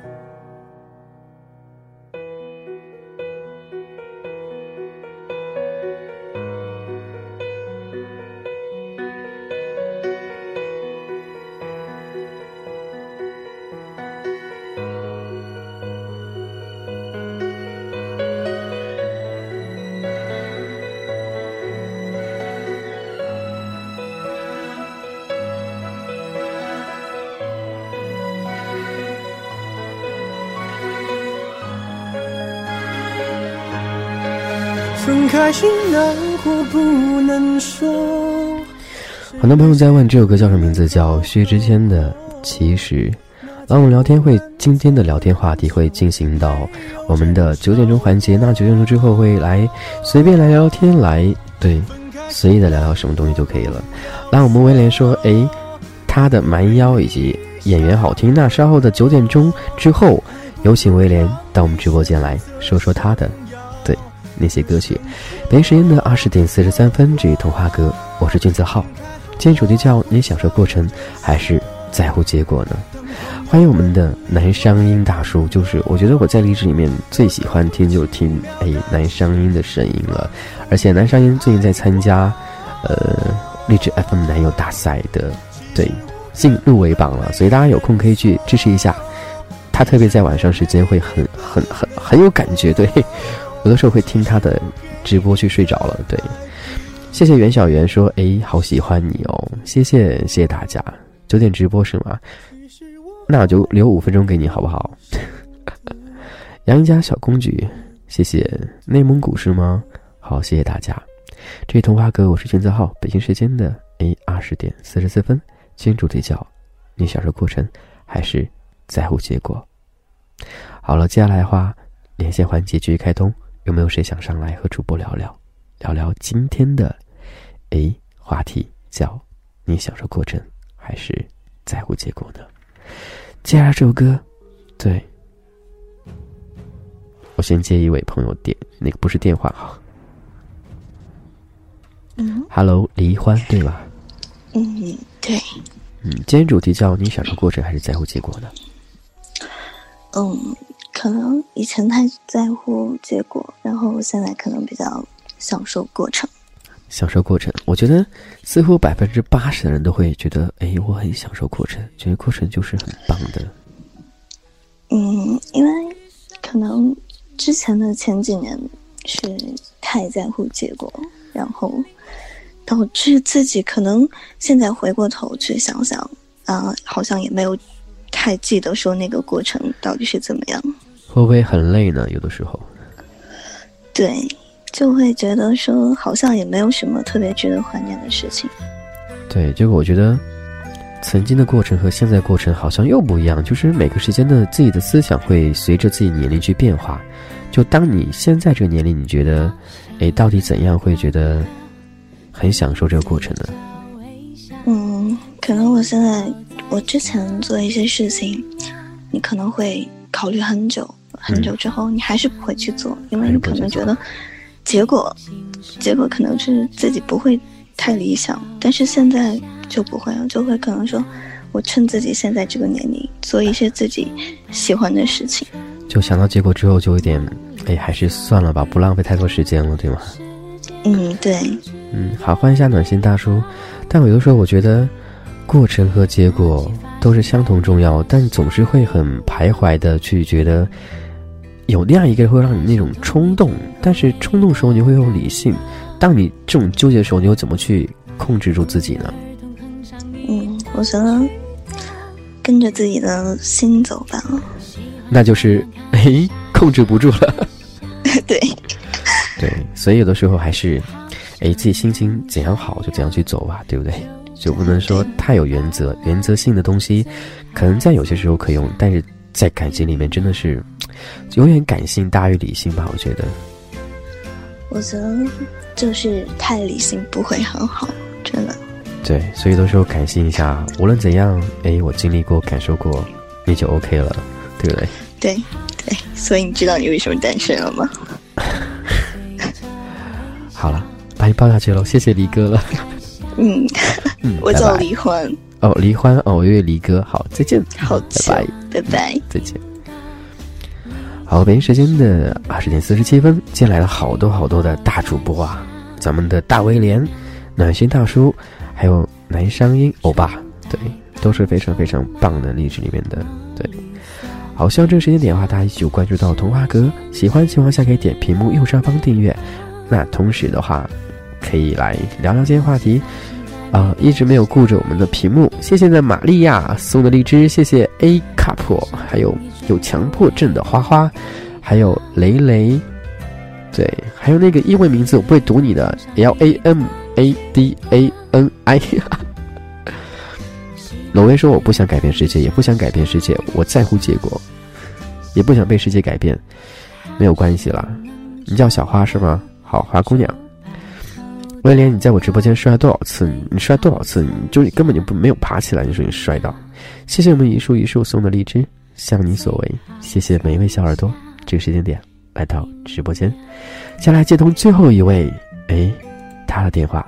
分开时难过不能说。 很多朋友在问这首歌叫什么名字，叫薛之谦的其实。那我们聊天会今天的聊天话题会进行到我们的九点钟环节，那九点钟之后会来随便来聊天，来对随意的聊聊什么东西就可以了。那我们威廉说诶他的蛮腰以及演员好听，那稍后的九点钟之后有请威廉到我们直播间来说说他的对那些歌曲。北京时间的二十点四十三分，至于童话歌，我是俊泽浩。今天主题叫你享受过程还是在乎结果呢？欢迎我们的男商音大叔，就是我觉得我在励志里面最喜欢听就听哎男商音的声音了，而且男商音最近在参加呃励志 F M 男友大赛的对进入围榜了，所以大家有空可以去支持一下他，特别在晚上时间会很很很很有感觉，对有的时候会听他的直播去睡着了。对，谢谢袁小媛说诶好喜欢你哦，谢谢谢谢大家。九点直播是吗？那我就留五分钟给你好不好？杨一家小公举，谢谢。内蒙古是吗？好，谢谢大家。这是童话哥，我是俊泽浩。北京时间的 A 二十点四十四分，今天主题叫你享受过程还是在乎结果。好了，接下来的话连线环节继续开通，有没有谁想上来和主播聊聊聊聊今天的 A 话题，叫你享受过程还是在乎结果呢？接下来这首歌，对，我先接一位朋友电，那个不是电话哈。 嗯 ，Hello， 李一欢对吧？ 嗯，对。 嗯，今天主题叫你享受过程还是在乎结果呢？ 嗯，可能以前太在乎结果，然后现在可能比较享受过程。 享受过程，我觉得似乎百分之八十的人都会觉得，哎，我很享受过程，觉得过程就是很棒的。 嗯，因为可能之前的前几年是太在乎结果，然后导致自己可能现在回过头去想想，啊、呃，好像也没有太记得说那个过程到底是怎么样。 会不会很累呢？有的时候。 对。就会觉得说好像也没有什么特别值得怀念的事情。 对，这个我觉得曾经的过程和现在过程好像又不一样，就是每个时间的自己的思想会随着自己年龄去变化。就当你现在这个年龄你觉得诶到底怎样会觉得很享受这个过程呢？ 嗯，可能我现在我之前做一些事情，你可能会考虑很久很久之后，你还是不会去做，嗯、因为你可能觉得结果结果可能是自己不会太理想，但是现在就不会了，就会可能说我趁自己现在这个年龄做一些自己喜欢的事情。 就想到结果之后就有点哎，还是算了吧，不浪费太多时间了，对吗？ 嗯，对。 嗯，好，欢迎一下暖心大叔。但我有的时候我觉得过程和结果都是相同重要，但总是会很徘徊的去觉得有那样一个人会让你那种冲动，但是冲动的时候你会用理性，当你这种纠结的时候，你又怎么去控制住自己呢？ 嗯，我觉得跟着自己的心走吧。 那就是哎，控制不住了。 对对，所以有的时候还是哎，自己心情怎样好就怎样去走吧，对不对？就不能说太有原则，原则性的东西可能在有些时候可以用，但是在感情里面真的是永远感性大于理性吧，我觉得。 我觉得就是太理性不会很好，真的。 对，所以有的时候感性一下，无论怎样，哎，我经历过感受过，你就 OK 了，对不对？ 对对，所以你知道你为什么单身了吗？好了，把你抱下去了，谢谢离哥了。 嗯嗯，我叫黎欢。 哦，黎欢哦，我以为黎哥。好，再见。 好， 拜拜， 拜拜， 再见。好，北京时间的二十点四十七分，进来了好多好多的大主播啊，咱们的大威廉、暖心大叔，还有男声音欧巴，对，都是非常非常棒的励志里面的，对。好，希望这个时间点的话，大家一起有关注到童话哥，喜欢情况下可以点屏幕右上方订阅。那同时的话，可以来聊聊这些话题。啊、呃，一直没有顾着我们的屏幕，谢谢呢玛利亚送的荔枝，谢谢 A 卡普，还有有强迫症的花花，还有雷雷，对，还有那个英文名字我不会读你的 L A M A D A N I。 挪威说我不想改变世界，也不想改变世界，我在乎结果，也不想被世界改变，没有关系啦。你叫小花是吗？好，花姑娘。威廉，你在我直播间摔了多少次？你摔多少次？你就根本就不没有爬起来，你说你摔到。谢谢我们一树一树送的荔枝，向你所为。谢谢每一位小耳朵，这个时间点来到直播间。接下来接通最后一位，哎，他的电话，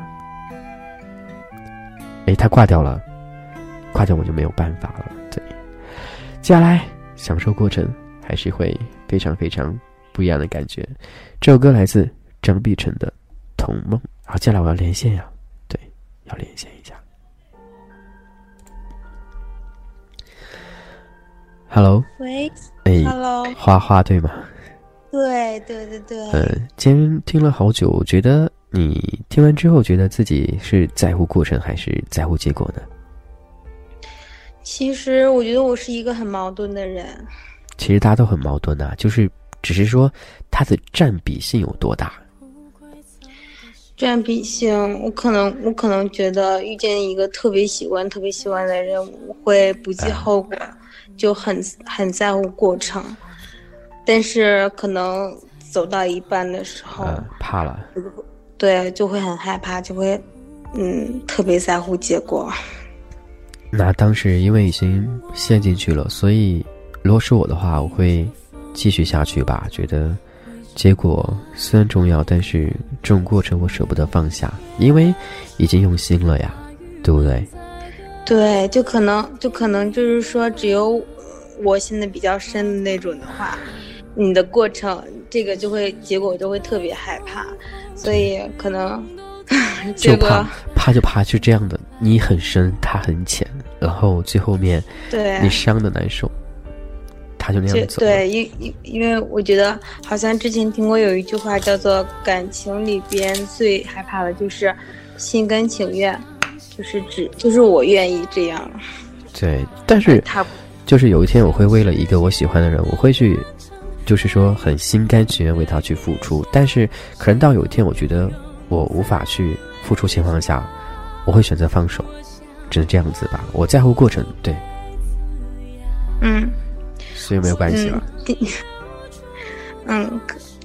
哎，他挂掉了，挂掉我就没有办法了。对，接下来享受过程，还是会非常非常不一样的感觉。这首歌来自张碧晨的《童梦》。好，接下来我要连线呀，对，要连线一下。Hello， 喂， 哎 ，Hello， 花花对吗？ 对对对对。 嗯，今天听了好久，我觉得你听完之后，觉得自己是在乎过程还是在乎结果呢？ 其实我觉得我是一个很矛盾的人。 其实大家都很矛盾啊，就是只是说它的占比性有多大。 占比性，我可能我可能觉得遇见一个特别喜欢特别喜欢的人，我会不计后果，嗯、就很很在乎过程，但是可能走到一半的时候， 嗯、怕了， 对，就会很害怕，就会嗯特别在乎结果。 那当时因为已经陷进去了，所以如果是我的话，我会继续下去吧，觉得。结果虽然重要，但是这种过程我舍不得放下，因为已经用心了呀，对不对？ 对，就可能就可能就是说，只有我陷得比较深的那种的话，你的过程这个就会结果就会特别害怕，所以可能就怕怕就怕就这样的，你很深，他很浅，然后最后面对你伤的难受。他就那样走了。 对，因因因为我觉得好像之前听过有一句话叫做感情里边最害怕的就是心甘情愿，就是只就是我愿意这样。 对，但是他就是有一天我会为了一个我喜欢的人，我会去就是说很心甘情愿为他去付出，但是可能到有一天我觉得我无法去付出情况下，我会选择放手，只能这样子吧。我在乎过程，对， 嗯。 所以没有关系了。 嗯，嗯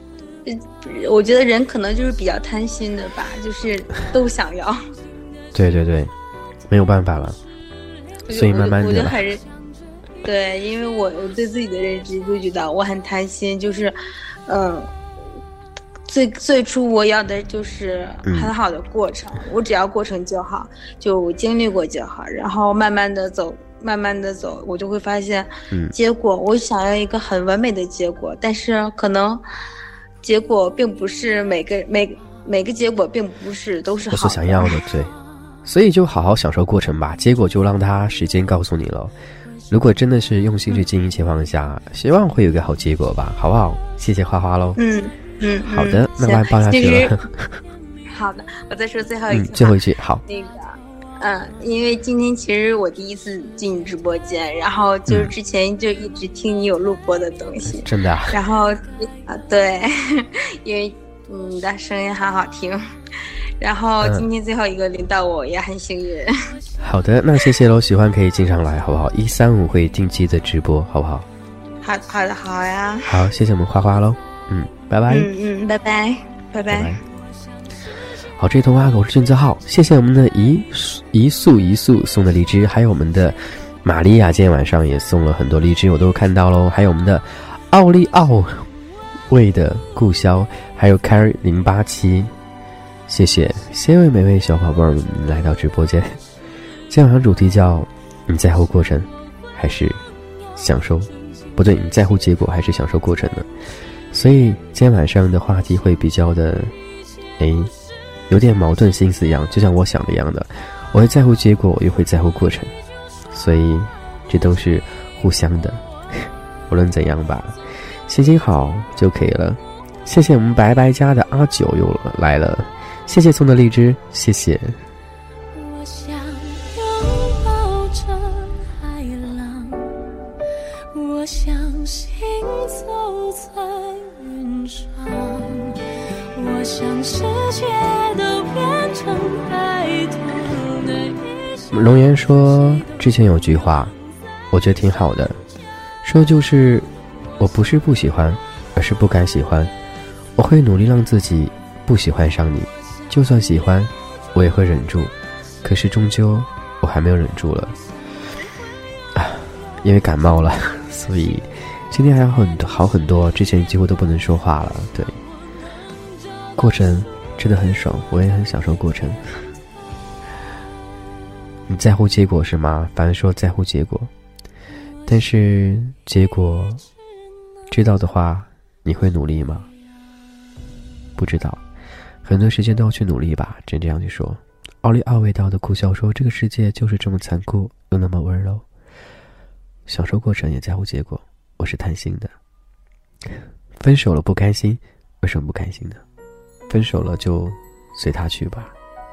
我觉得人可能就是比较贪心的吧，就是都想要。 对对对，没有办法了，所以慢慢的。 我就还是对，因为我我对自己的认知就觉得我很贪心，就是嗯。最最初我要的就是很好的过程，嗯、我只要过程就好，就我经历过就好，然后慢慢的走，慢慢的走，我就会发现，嗯，结果我想要一个很完美的结果，但是可能结果并不是每个每每个结果并不是都是好的我所想要的，对，所以就好好享受过程吧，结果就让它时间告诉你了。如果真的是用心去经营情况下，希望会有一个好结果吧，好不好？谢谢花花喽。 嗯。嗯， 好的，那来报下去了。 好的，我再说最后一句、 嗯，最后一句好。 那个，嗯，因为今天其实我第一次进直播间，然后就是之前就一直听你有录播的东西， 嗯、真的、啊。 然后啊，对，因为你的声音很好听，然后今天最后一个轮到我，也很幸运。 好的，那谢谢喽，喜欢可以经常来，好不好？一三五会定期的直播，好不好？ 好好的，好呀。 好，谢谢我们花花喽。嗯，拜拜。 嗯嗯，拜拜，拜拜。拜拜好，这一通话我是俊泽浩，谢谢我们的一一素一素送的荔枝，还有我们的玛利亚今天晚上也送了很多荔枝，我都看到喽。还有我们的奥利奥味的顾潇，还有 Carry 零八七，谢谢，谢谢每位小宝贝们来到直播间。今天晚上主题叫你在乎过程还是享受？不对，你在乎结果还是享受过程呢？所以今天晚上的话题会比较的诶有点矛盾心思一样，就像我想的一样的，我会在乎结果，我又会在乎过程，所以这都是互相的。无论怎样吧，心情好就可以了。谢谢我们白白家的阿九又来了，谢谢送的荔枝，谢谢。 我想拥抱着海浪，我想行走在云上，我想世界都变成海豚的一生。 龙岩说之前有句话我觉得挺好的，说就是我不是不喜欢，而是不敢喜欢，我会努力让自己不喜欢上你，就算喜欢我也会忍住，可是终究我还没有忍住了啊，因为感冒了，所以今天还好很多好很多，之前几乎都不能说话了。对，过程真的很爽，我也很享受过程。你在乎结果是吗？反正说在乎结果，但是结果知道的话你会努力吗？不知道，很多时间都要去努力吧，真这样去说。奥利奥味道的酷笑说，这个世界就是这么残酷又那么温柔，享受过程也在乎结果，我是贪心的。分手了不开心，为什么不开心呢？分手了就随他去吧。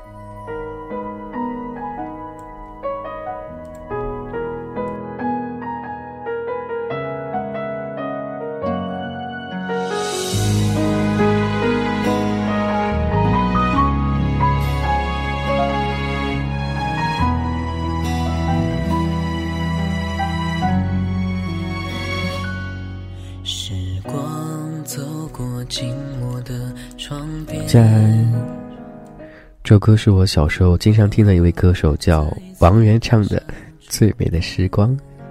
在这首歌是我小时候经常听的一位歌手叫王源唱的《最美的时光》。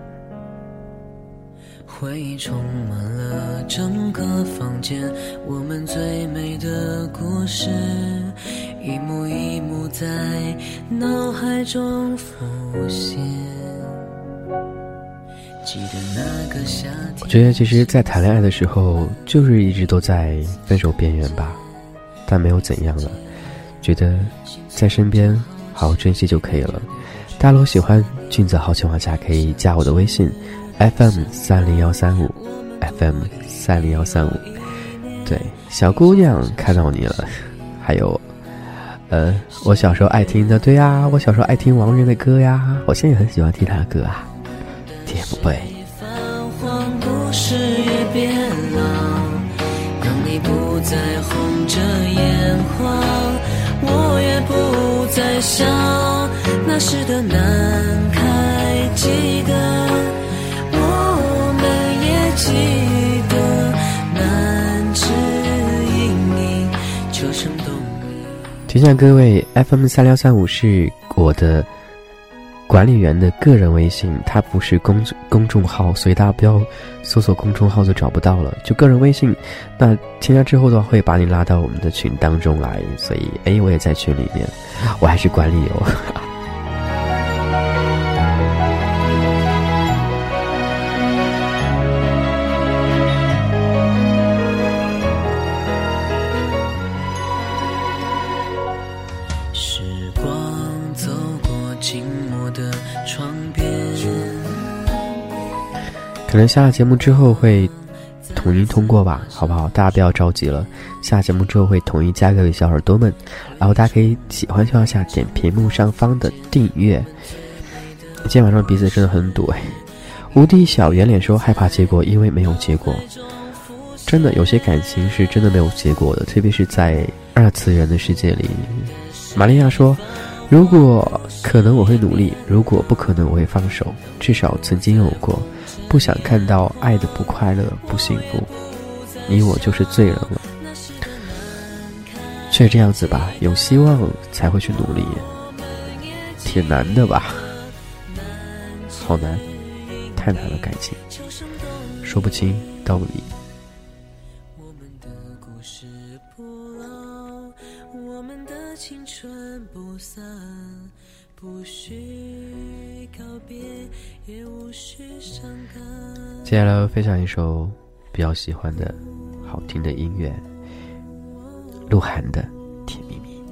回忆充满了整个房间，我们最美的故事一幕一幕在脑海中浮现。记得那个夏天， 我觉得其实在谈恋爱的时候就是一直都在分手边缘吧，但没有怎样了，觉得在身边好好珍惜就可以了。大家如果喜欢俊子好情况下可以加我的微信 F M 三零一三五 F M 三零一三五。对，小姑娘看到你了。还有呃，我小时候爱听的，对啊，我小时候爱听王源的歌呀，我现在也很喜欢听他的歌啊。铁不会故事也变老，当你不再红着眼眶，我也不再笑，那时的难还记得，我们也记得，难吃提醒各位 F M 三六三五是我的管理员的个人微信，它不是公公众号，所以大家不要搜索公众号就找不到了，就个人微信。那添加之后的话会把你拉到我们的群当中来，所以哎，我也在群里面，我还是管理哦。可能下了节目之后会统一通过吧，好不好？大家不要着急了，下节目之后会统一加给小耳朵们，然后大家可以喜欢情况下点屏幕上方的订阅。今天晚上鼻子真的很堵哎。无敌小圆脸说害怕结果，因为没有结果。真的有些感情是真的没有结果的，特别是在二次元的世界里。玛利亚说，如果可能我会努力，如果不可能我会放手，至少曾经有过。不想看到爱的不快乐不幸福，你我就是罪人了。却这样子吧，有希望才会去努力，挺难的吧，好难，太难了，感情说不清道理。 我们的故事不老，我们的青春不散，不需告别，也无需伤感。 接下来分享一首比较喜欢的好听的音乐，鹿晗的《甜蜜蜜》。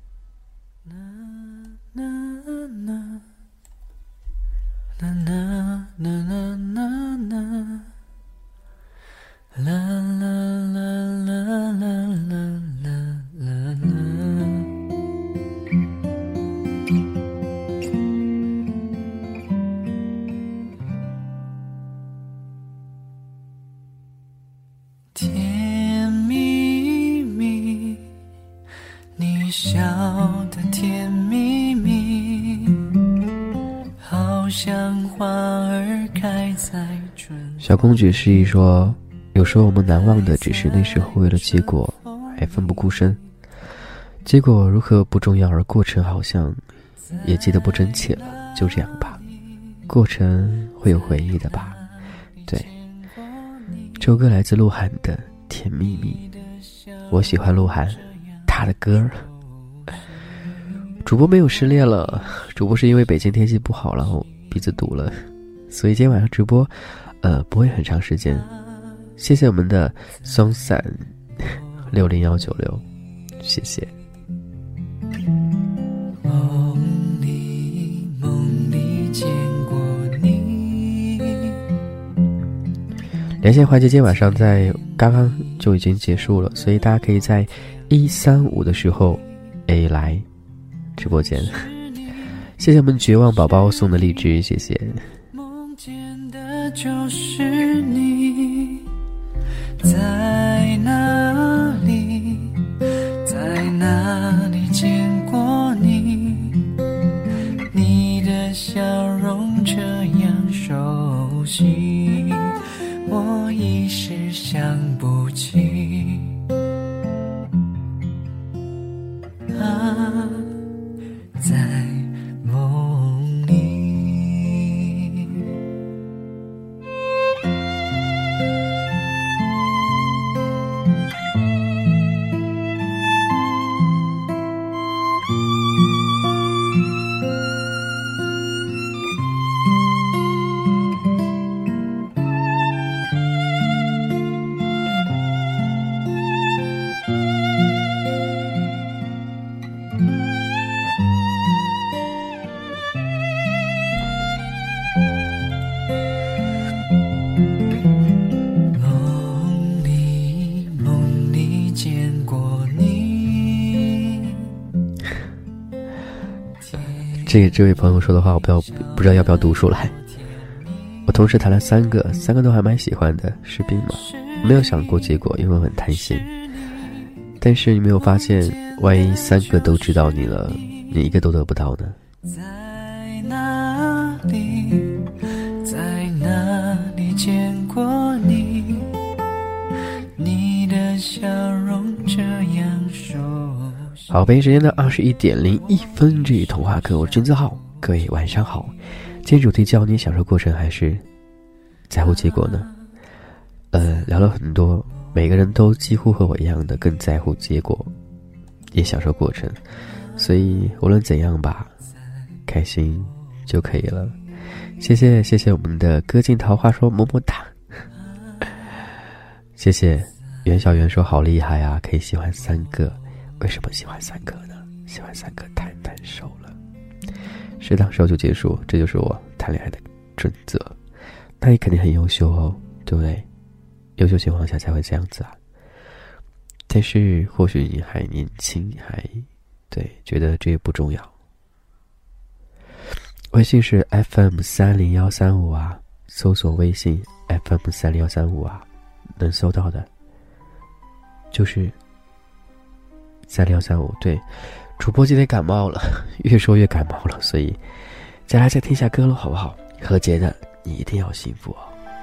甜蜜蜜，你笑的甜蜜蜜，好像花儿开在春。 小公举示意说，有时候我们难忘的只是那时候为了结果还奋不顾身，结果如何不重要，而过程好像也记得不真切了，就这样吧，过程会有回忆的吧。对，这首歌来自鹿晗的《甜蜜蜜》，我喜欢鹿晗他的歌。主播没有失恋了，主播是因为北京天气不好，然后鼻子堵了，所以今天晚上直播呃不会很长时间。谢谢我们的松散六零幺九六，谢谢。 梦里梦里见过你。 连线环节今天晚上在刚刚就已经结束了，所以大家可以在一三五的时候 A 来直播间。谢谢我们绝望宝宝送的荔枝，谢谢。 梦见的就是你，在哪里，在哪里见过你，你的笑容这样熟悉，我一时想不起。啊，在梦里。 这这位朋友说的话我不要不知道要不要读出来。我同时谈了三个三个都还蛮喜欢的，是病吗？没有想过结果，因为我很贪心。但是你没有发现，万一三个都知道你了，你一个都得不到呢？ 在哪里，在哪里见过你，你的笑容这样熟悉。 好，北京时间的二十一点零一分，这一童话课我是君子浩，各位晚上好。今天主题叫你享受过程还是在乎结果呢？呃，聊了很多，每个人都几乎和我一样的更在乎结果，也享受过程，所以无论怎样吧，开心就可以了。谢谢谢谢我们的歌尽桃花说么么哒，谢谢袁小袁说好厉害啊，可以喜欢三个。为什么喜欢三个呢？喜欢三个太难受了，适当时候就结束，这就是我谈恋爱的准则。那你肯定很优秀哦，对不对？优秀情况下才会这样子啊。但是或许你还年轻，还对觉得这也不重要。微信是 F M 三零一三五啊，搜索微信 F M 三零一三五啊，能搜到的就是三零一三五。对，主播今天感冒了，越说越感冒了，所以再来再听一下歌了好不好？何洁的你一定要幸福哦。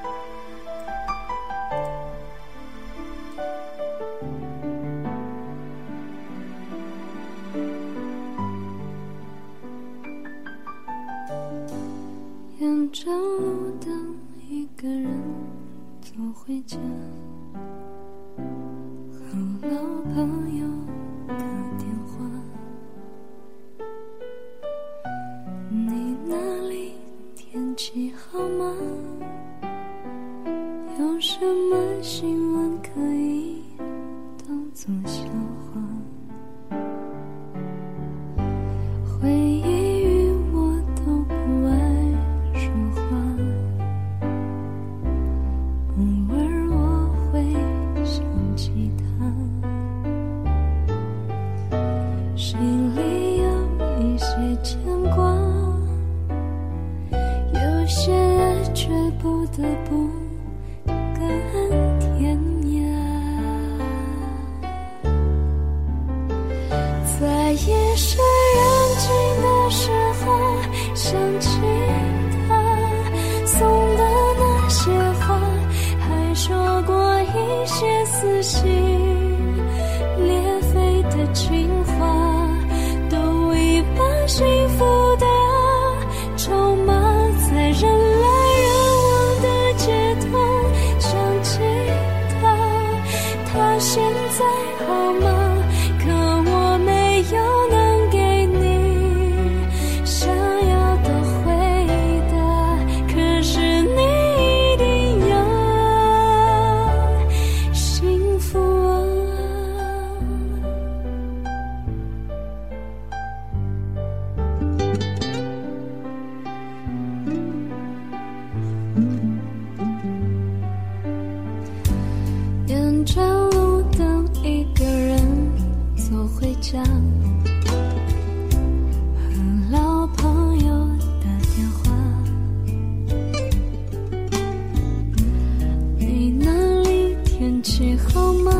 沿着路灯一个人走回家，和老朋友打电话，你那里天气好吗？有什么新闻可以当作笑话？回忆与我都不爱说话，偶尔我会想起他，心里有一些牵挂，有些爱却不得不各安天涯。在夜深人静的时候想起他送的那些话，还说过一些撕心裂肺的情话，都已把幸福的筹码在人来人往的街头想起他，他现在好吗？可我没有能给你想要的回答，可是你一定要幸福啊。沿着路灯一个人走回家，和老朋友打电话，你那里天气好吗？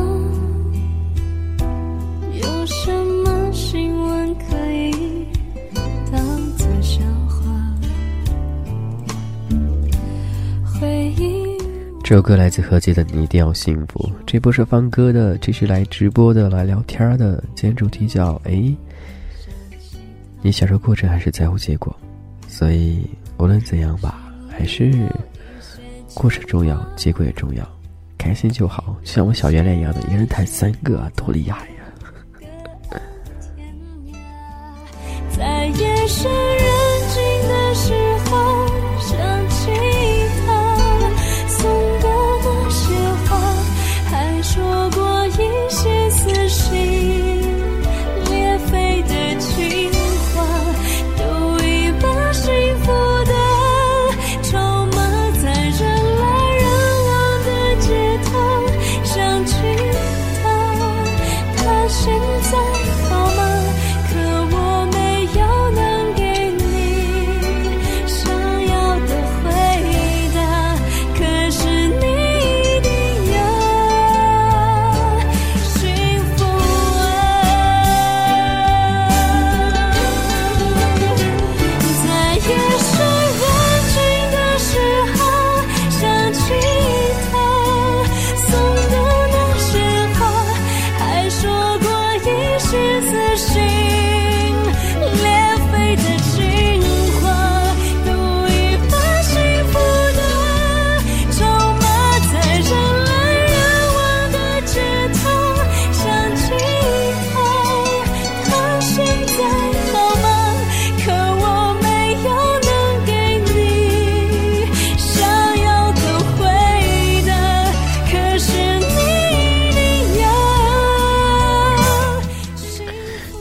有什么新闻可以当作笑话？回忆这首歌来自何洁的你一定要幸福，这不是放歌的，这是来直播的，来聊天的。今天主题叫诶你享受过程还是在乎结果？所以无论怎样吧，还是过程重要，结果也重要，开心就好，就像我小圆脸一样的，一人弹三个啊，多厉害呀。 在夜深人静的时候想起他送的那些话，还说过一些撕心裂肺的情话，都已把幸福的筹码在人来人往的街头想起他，他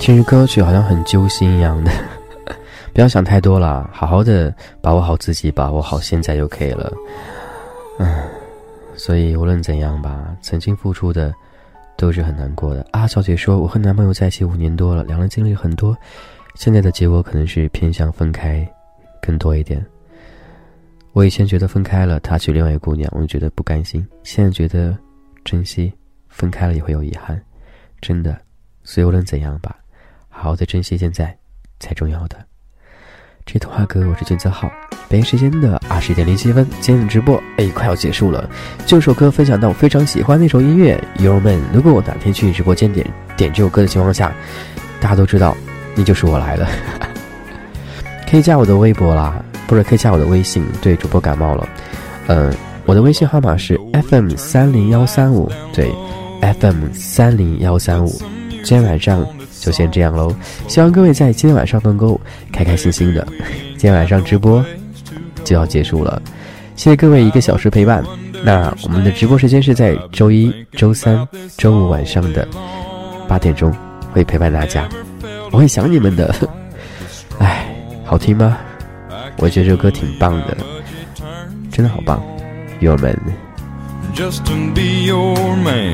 其实歌曲好像很揪心一样的，不要想太多了，好好的把握好自己，把握好现在就可以了。嗯，所以无论怎样吧，曾经付出的都是很难过的。啊，小姐说我和男朋友在一起五年多了，两人经历很多，现在的结果可能是偏向分开更多一点。我以前觉得分开了他娶另外一个姑娘，我就觉得不甘心，现在觉得珍惜，分开了也会有遗憾，真的。所以无论怎样吧，好好的珍惜现在才重要的。这童话歌，我是金泽浩。北京时间的二十一点零七分，今天的直播哎快要结束了。这首歌分享到我非常喜欢的一首音乐 Your Man。 如果我哪天去直播间点点这首歌的情况下，大家都知道你就是我来了。可以加我的微博啦，不是可以加我的微信。对，主播感冒了。嗯、呃，我的微信号码是 F M 三零一三五，对 F M 三零一三五。今天晚上就先这样咯，希望各位在今天晚上能够开开心心的。今天晚上直播就要结束了，谢谢各位一个小时陪伴。那我们的直播时间是在周一、周三、周五晚上的八点钟会陪伴大家，我会想你们的。哎，好听吗？我觉得这首歌挺棒的，真的好棒。 Your Man Just to be your man.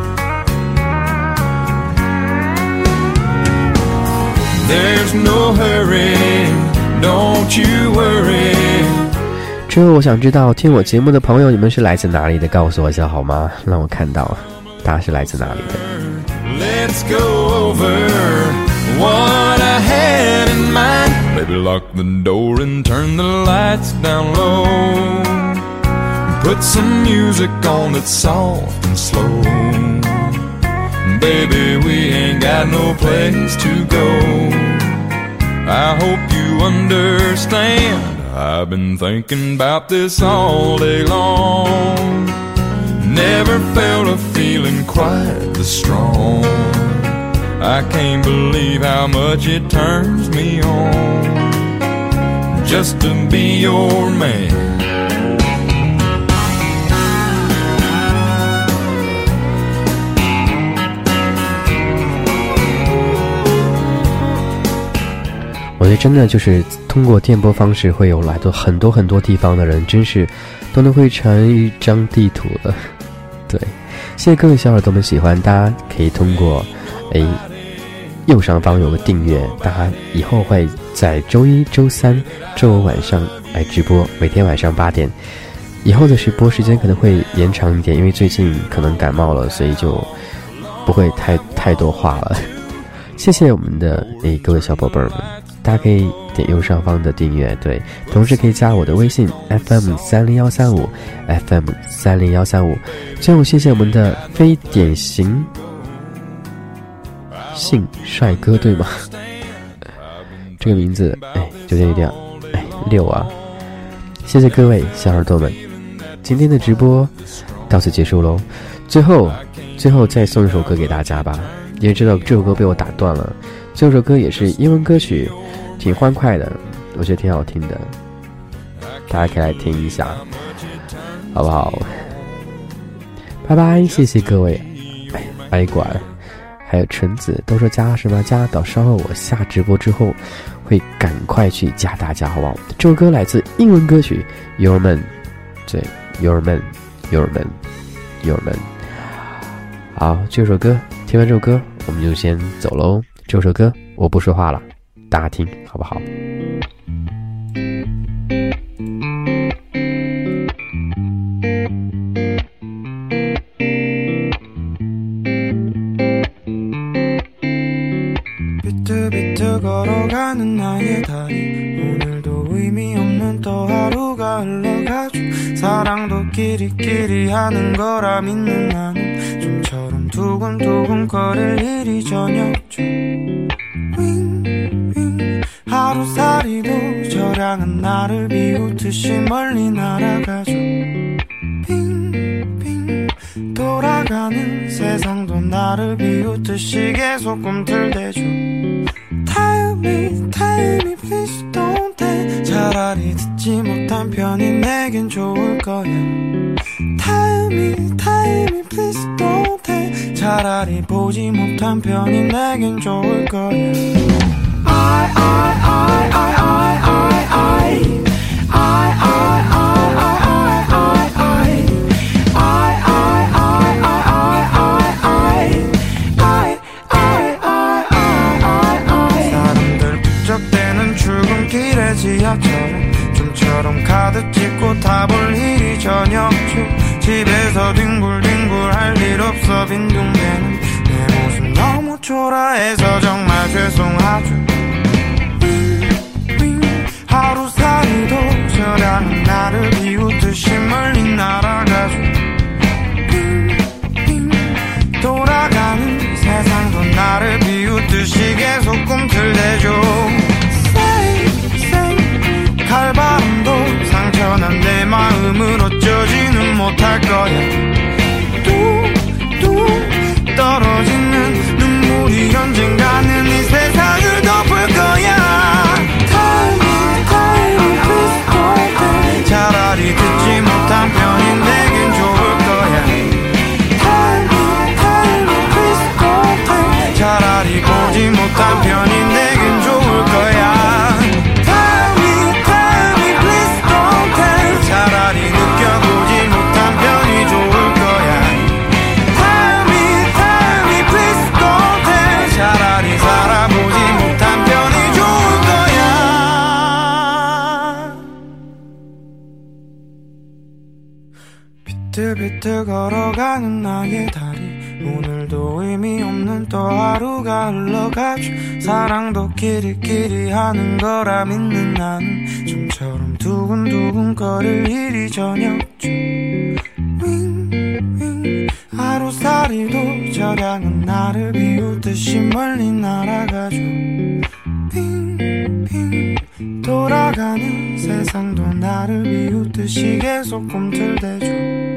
There's no hurry, don't you worry. 最后我想知道听我节目的朋友，你们是来自哪里的，告诉我一下好吗？让我看到大家是来自哪里的。 Let's go over what I had in mind. Baby, lock the door and turn the lights down low. Put some music on that's soft and slow. Baby, we ain't got no place to go. I hope you understand. I've been thinking about this all day long. Never felt a feeling quite this strong. I can't believe how much it turns me on just to be your man. 「我觉得真的就是通过电波方式会有来到很多很多地方的人，真是都能绘成一张地图了。对，谢谢各位小耳朵们喜欢，大家可以通过诶右上方有个订阅，大家以后会在周一、周三、周五晚上来直播，每天晚上八点。以后的直播时间可能会延长一点，因为最近可能感冒了，所以就不会太太多话了。谢谢我们的诶各位小宝贝儿们。大家可以点右上方的订阅，对，同时可以加我的微信 F M 三零一三五 F M 三零一三五。最后谢谢我们的非典型性帅哥，对吗？这个名字哎有点有点哎溜啊。谢谢各位小耳朵们，今天的直播到此结束咯。最后最后再送一首歌给大家吧，因为知道这首歌被我打断了。这首歌也是英文歌曲，挺欢快的，我觉得挺好听的，大家可以来听一下好不好？拜拜，谢谢各位。哎，爱管还有橙子都说加什么加到，稍后我下直播之后会赶快去加大家，好不好？这首歌来自英文歌曲 Your Man， 对 Your Man Your Man Your Man。 好，这首歌听完这首歌我们就先走咯。这首歌我不说话了，大家听好不好？ 하루살이도 저량은 나를 비웃듯이 멀리 날아가죠. 빙빙 돌아가는 세상도 나를 비웃듯이 계속 꿈틀대죠. Tell me, tell me, please don't tell. 차라리 듣지 못한 편이 내겐 좋을 거야. Tell me, tell me, please don't tell. 차라리 보지 못한 편이 내겐 좋을 거야. I, I, I, I, I, I, I. I, I, I, I, I, I. I, I, I, I, I, I. I, I, I, I. 사람들 북적대는 출근길의 지하철 좀처럼 카드 찍고 타볼 일이 전혀 없죠. 집에서 뒹굴뒹굴 할 일 없어 빈둥대는 내 모습 너무 초라해서 정말 죄송하죠. 하루살이도 저량은 나를 비웃듯이 멀리 날아가죠. 돌아가는 세상도 나를 비웃듯이 계속 꿈틀대죠. Say, say, 칼바람도 상처난 내 마음을 어쩌지는 못할 거야. 뚝뚝 떨어지는 눈물이 언젠가는 이 세상을 덮을 거야. 차라리 듣지 못한 편이 내겐 좋을 거야. 차라리 보지 못한 편이 내겐 좋을 거야. 차라리 느껴보지 못한 편이 좋을 거야. 차라리 살아보지 못한 편이 좋을 거야. 비틀비틀 걸어가는 나의 다리 오늘도 의미 없는 또 하루가 흘러가죠. 사랑도 끼리끼리 하는 거라 믿는 나는 좀처럼 두근두근 거릴 일이 전혀 없죠. 윙윙 하루살이도 저량은 나를 비웃듯이 멀리 날아가죠. 빙빙 돌아가는 세상도 나를 비웃듯이 계속 꿈틀대죠.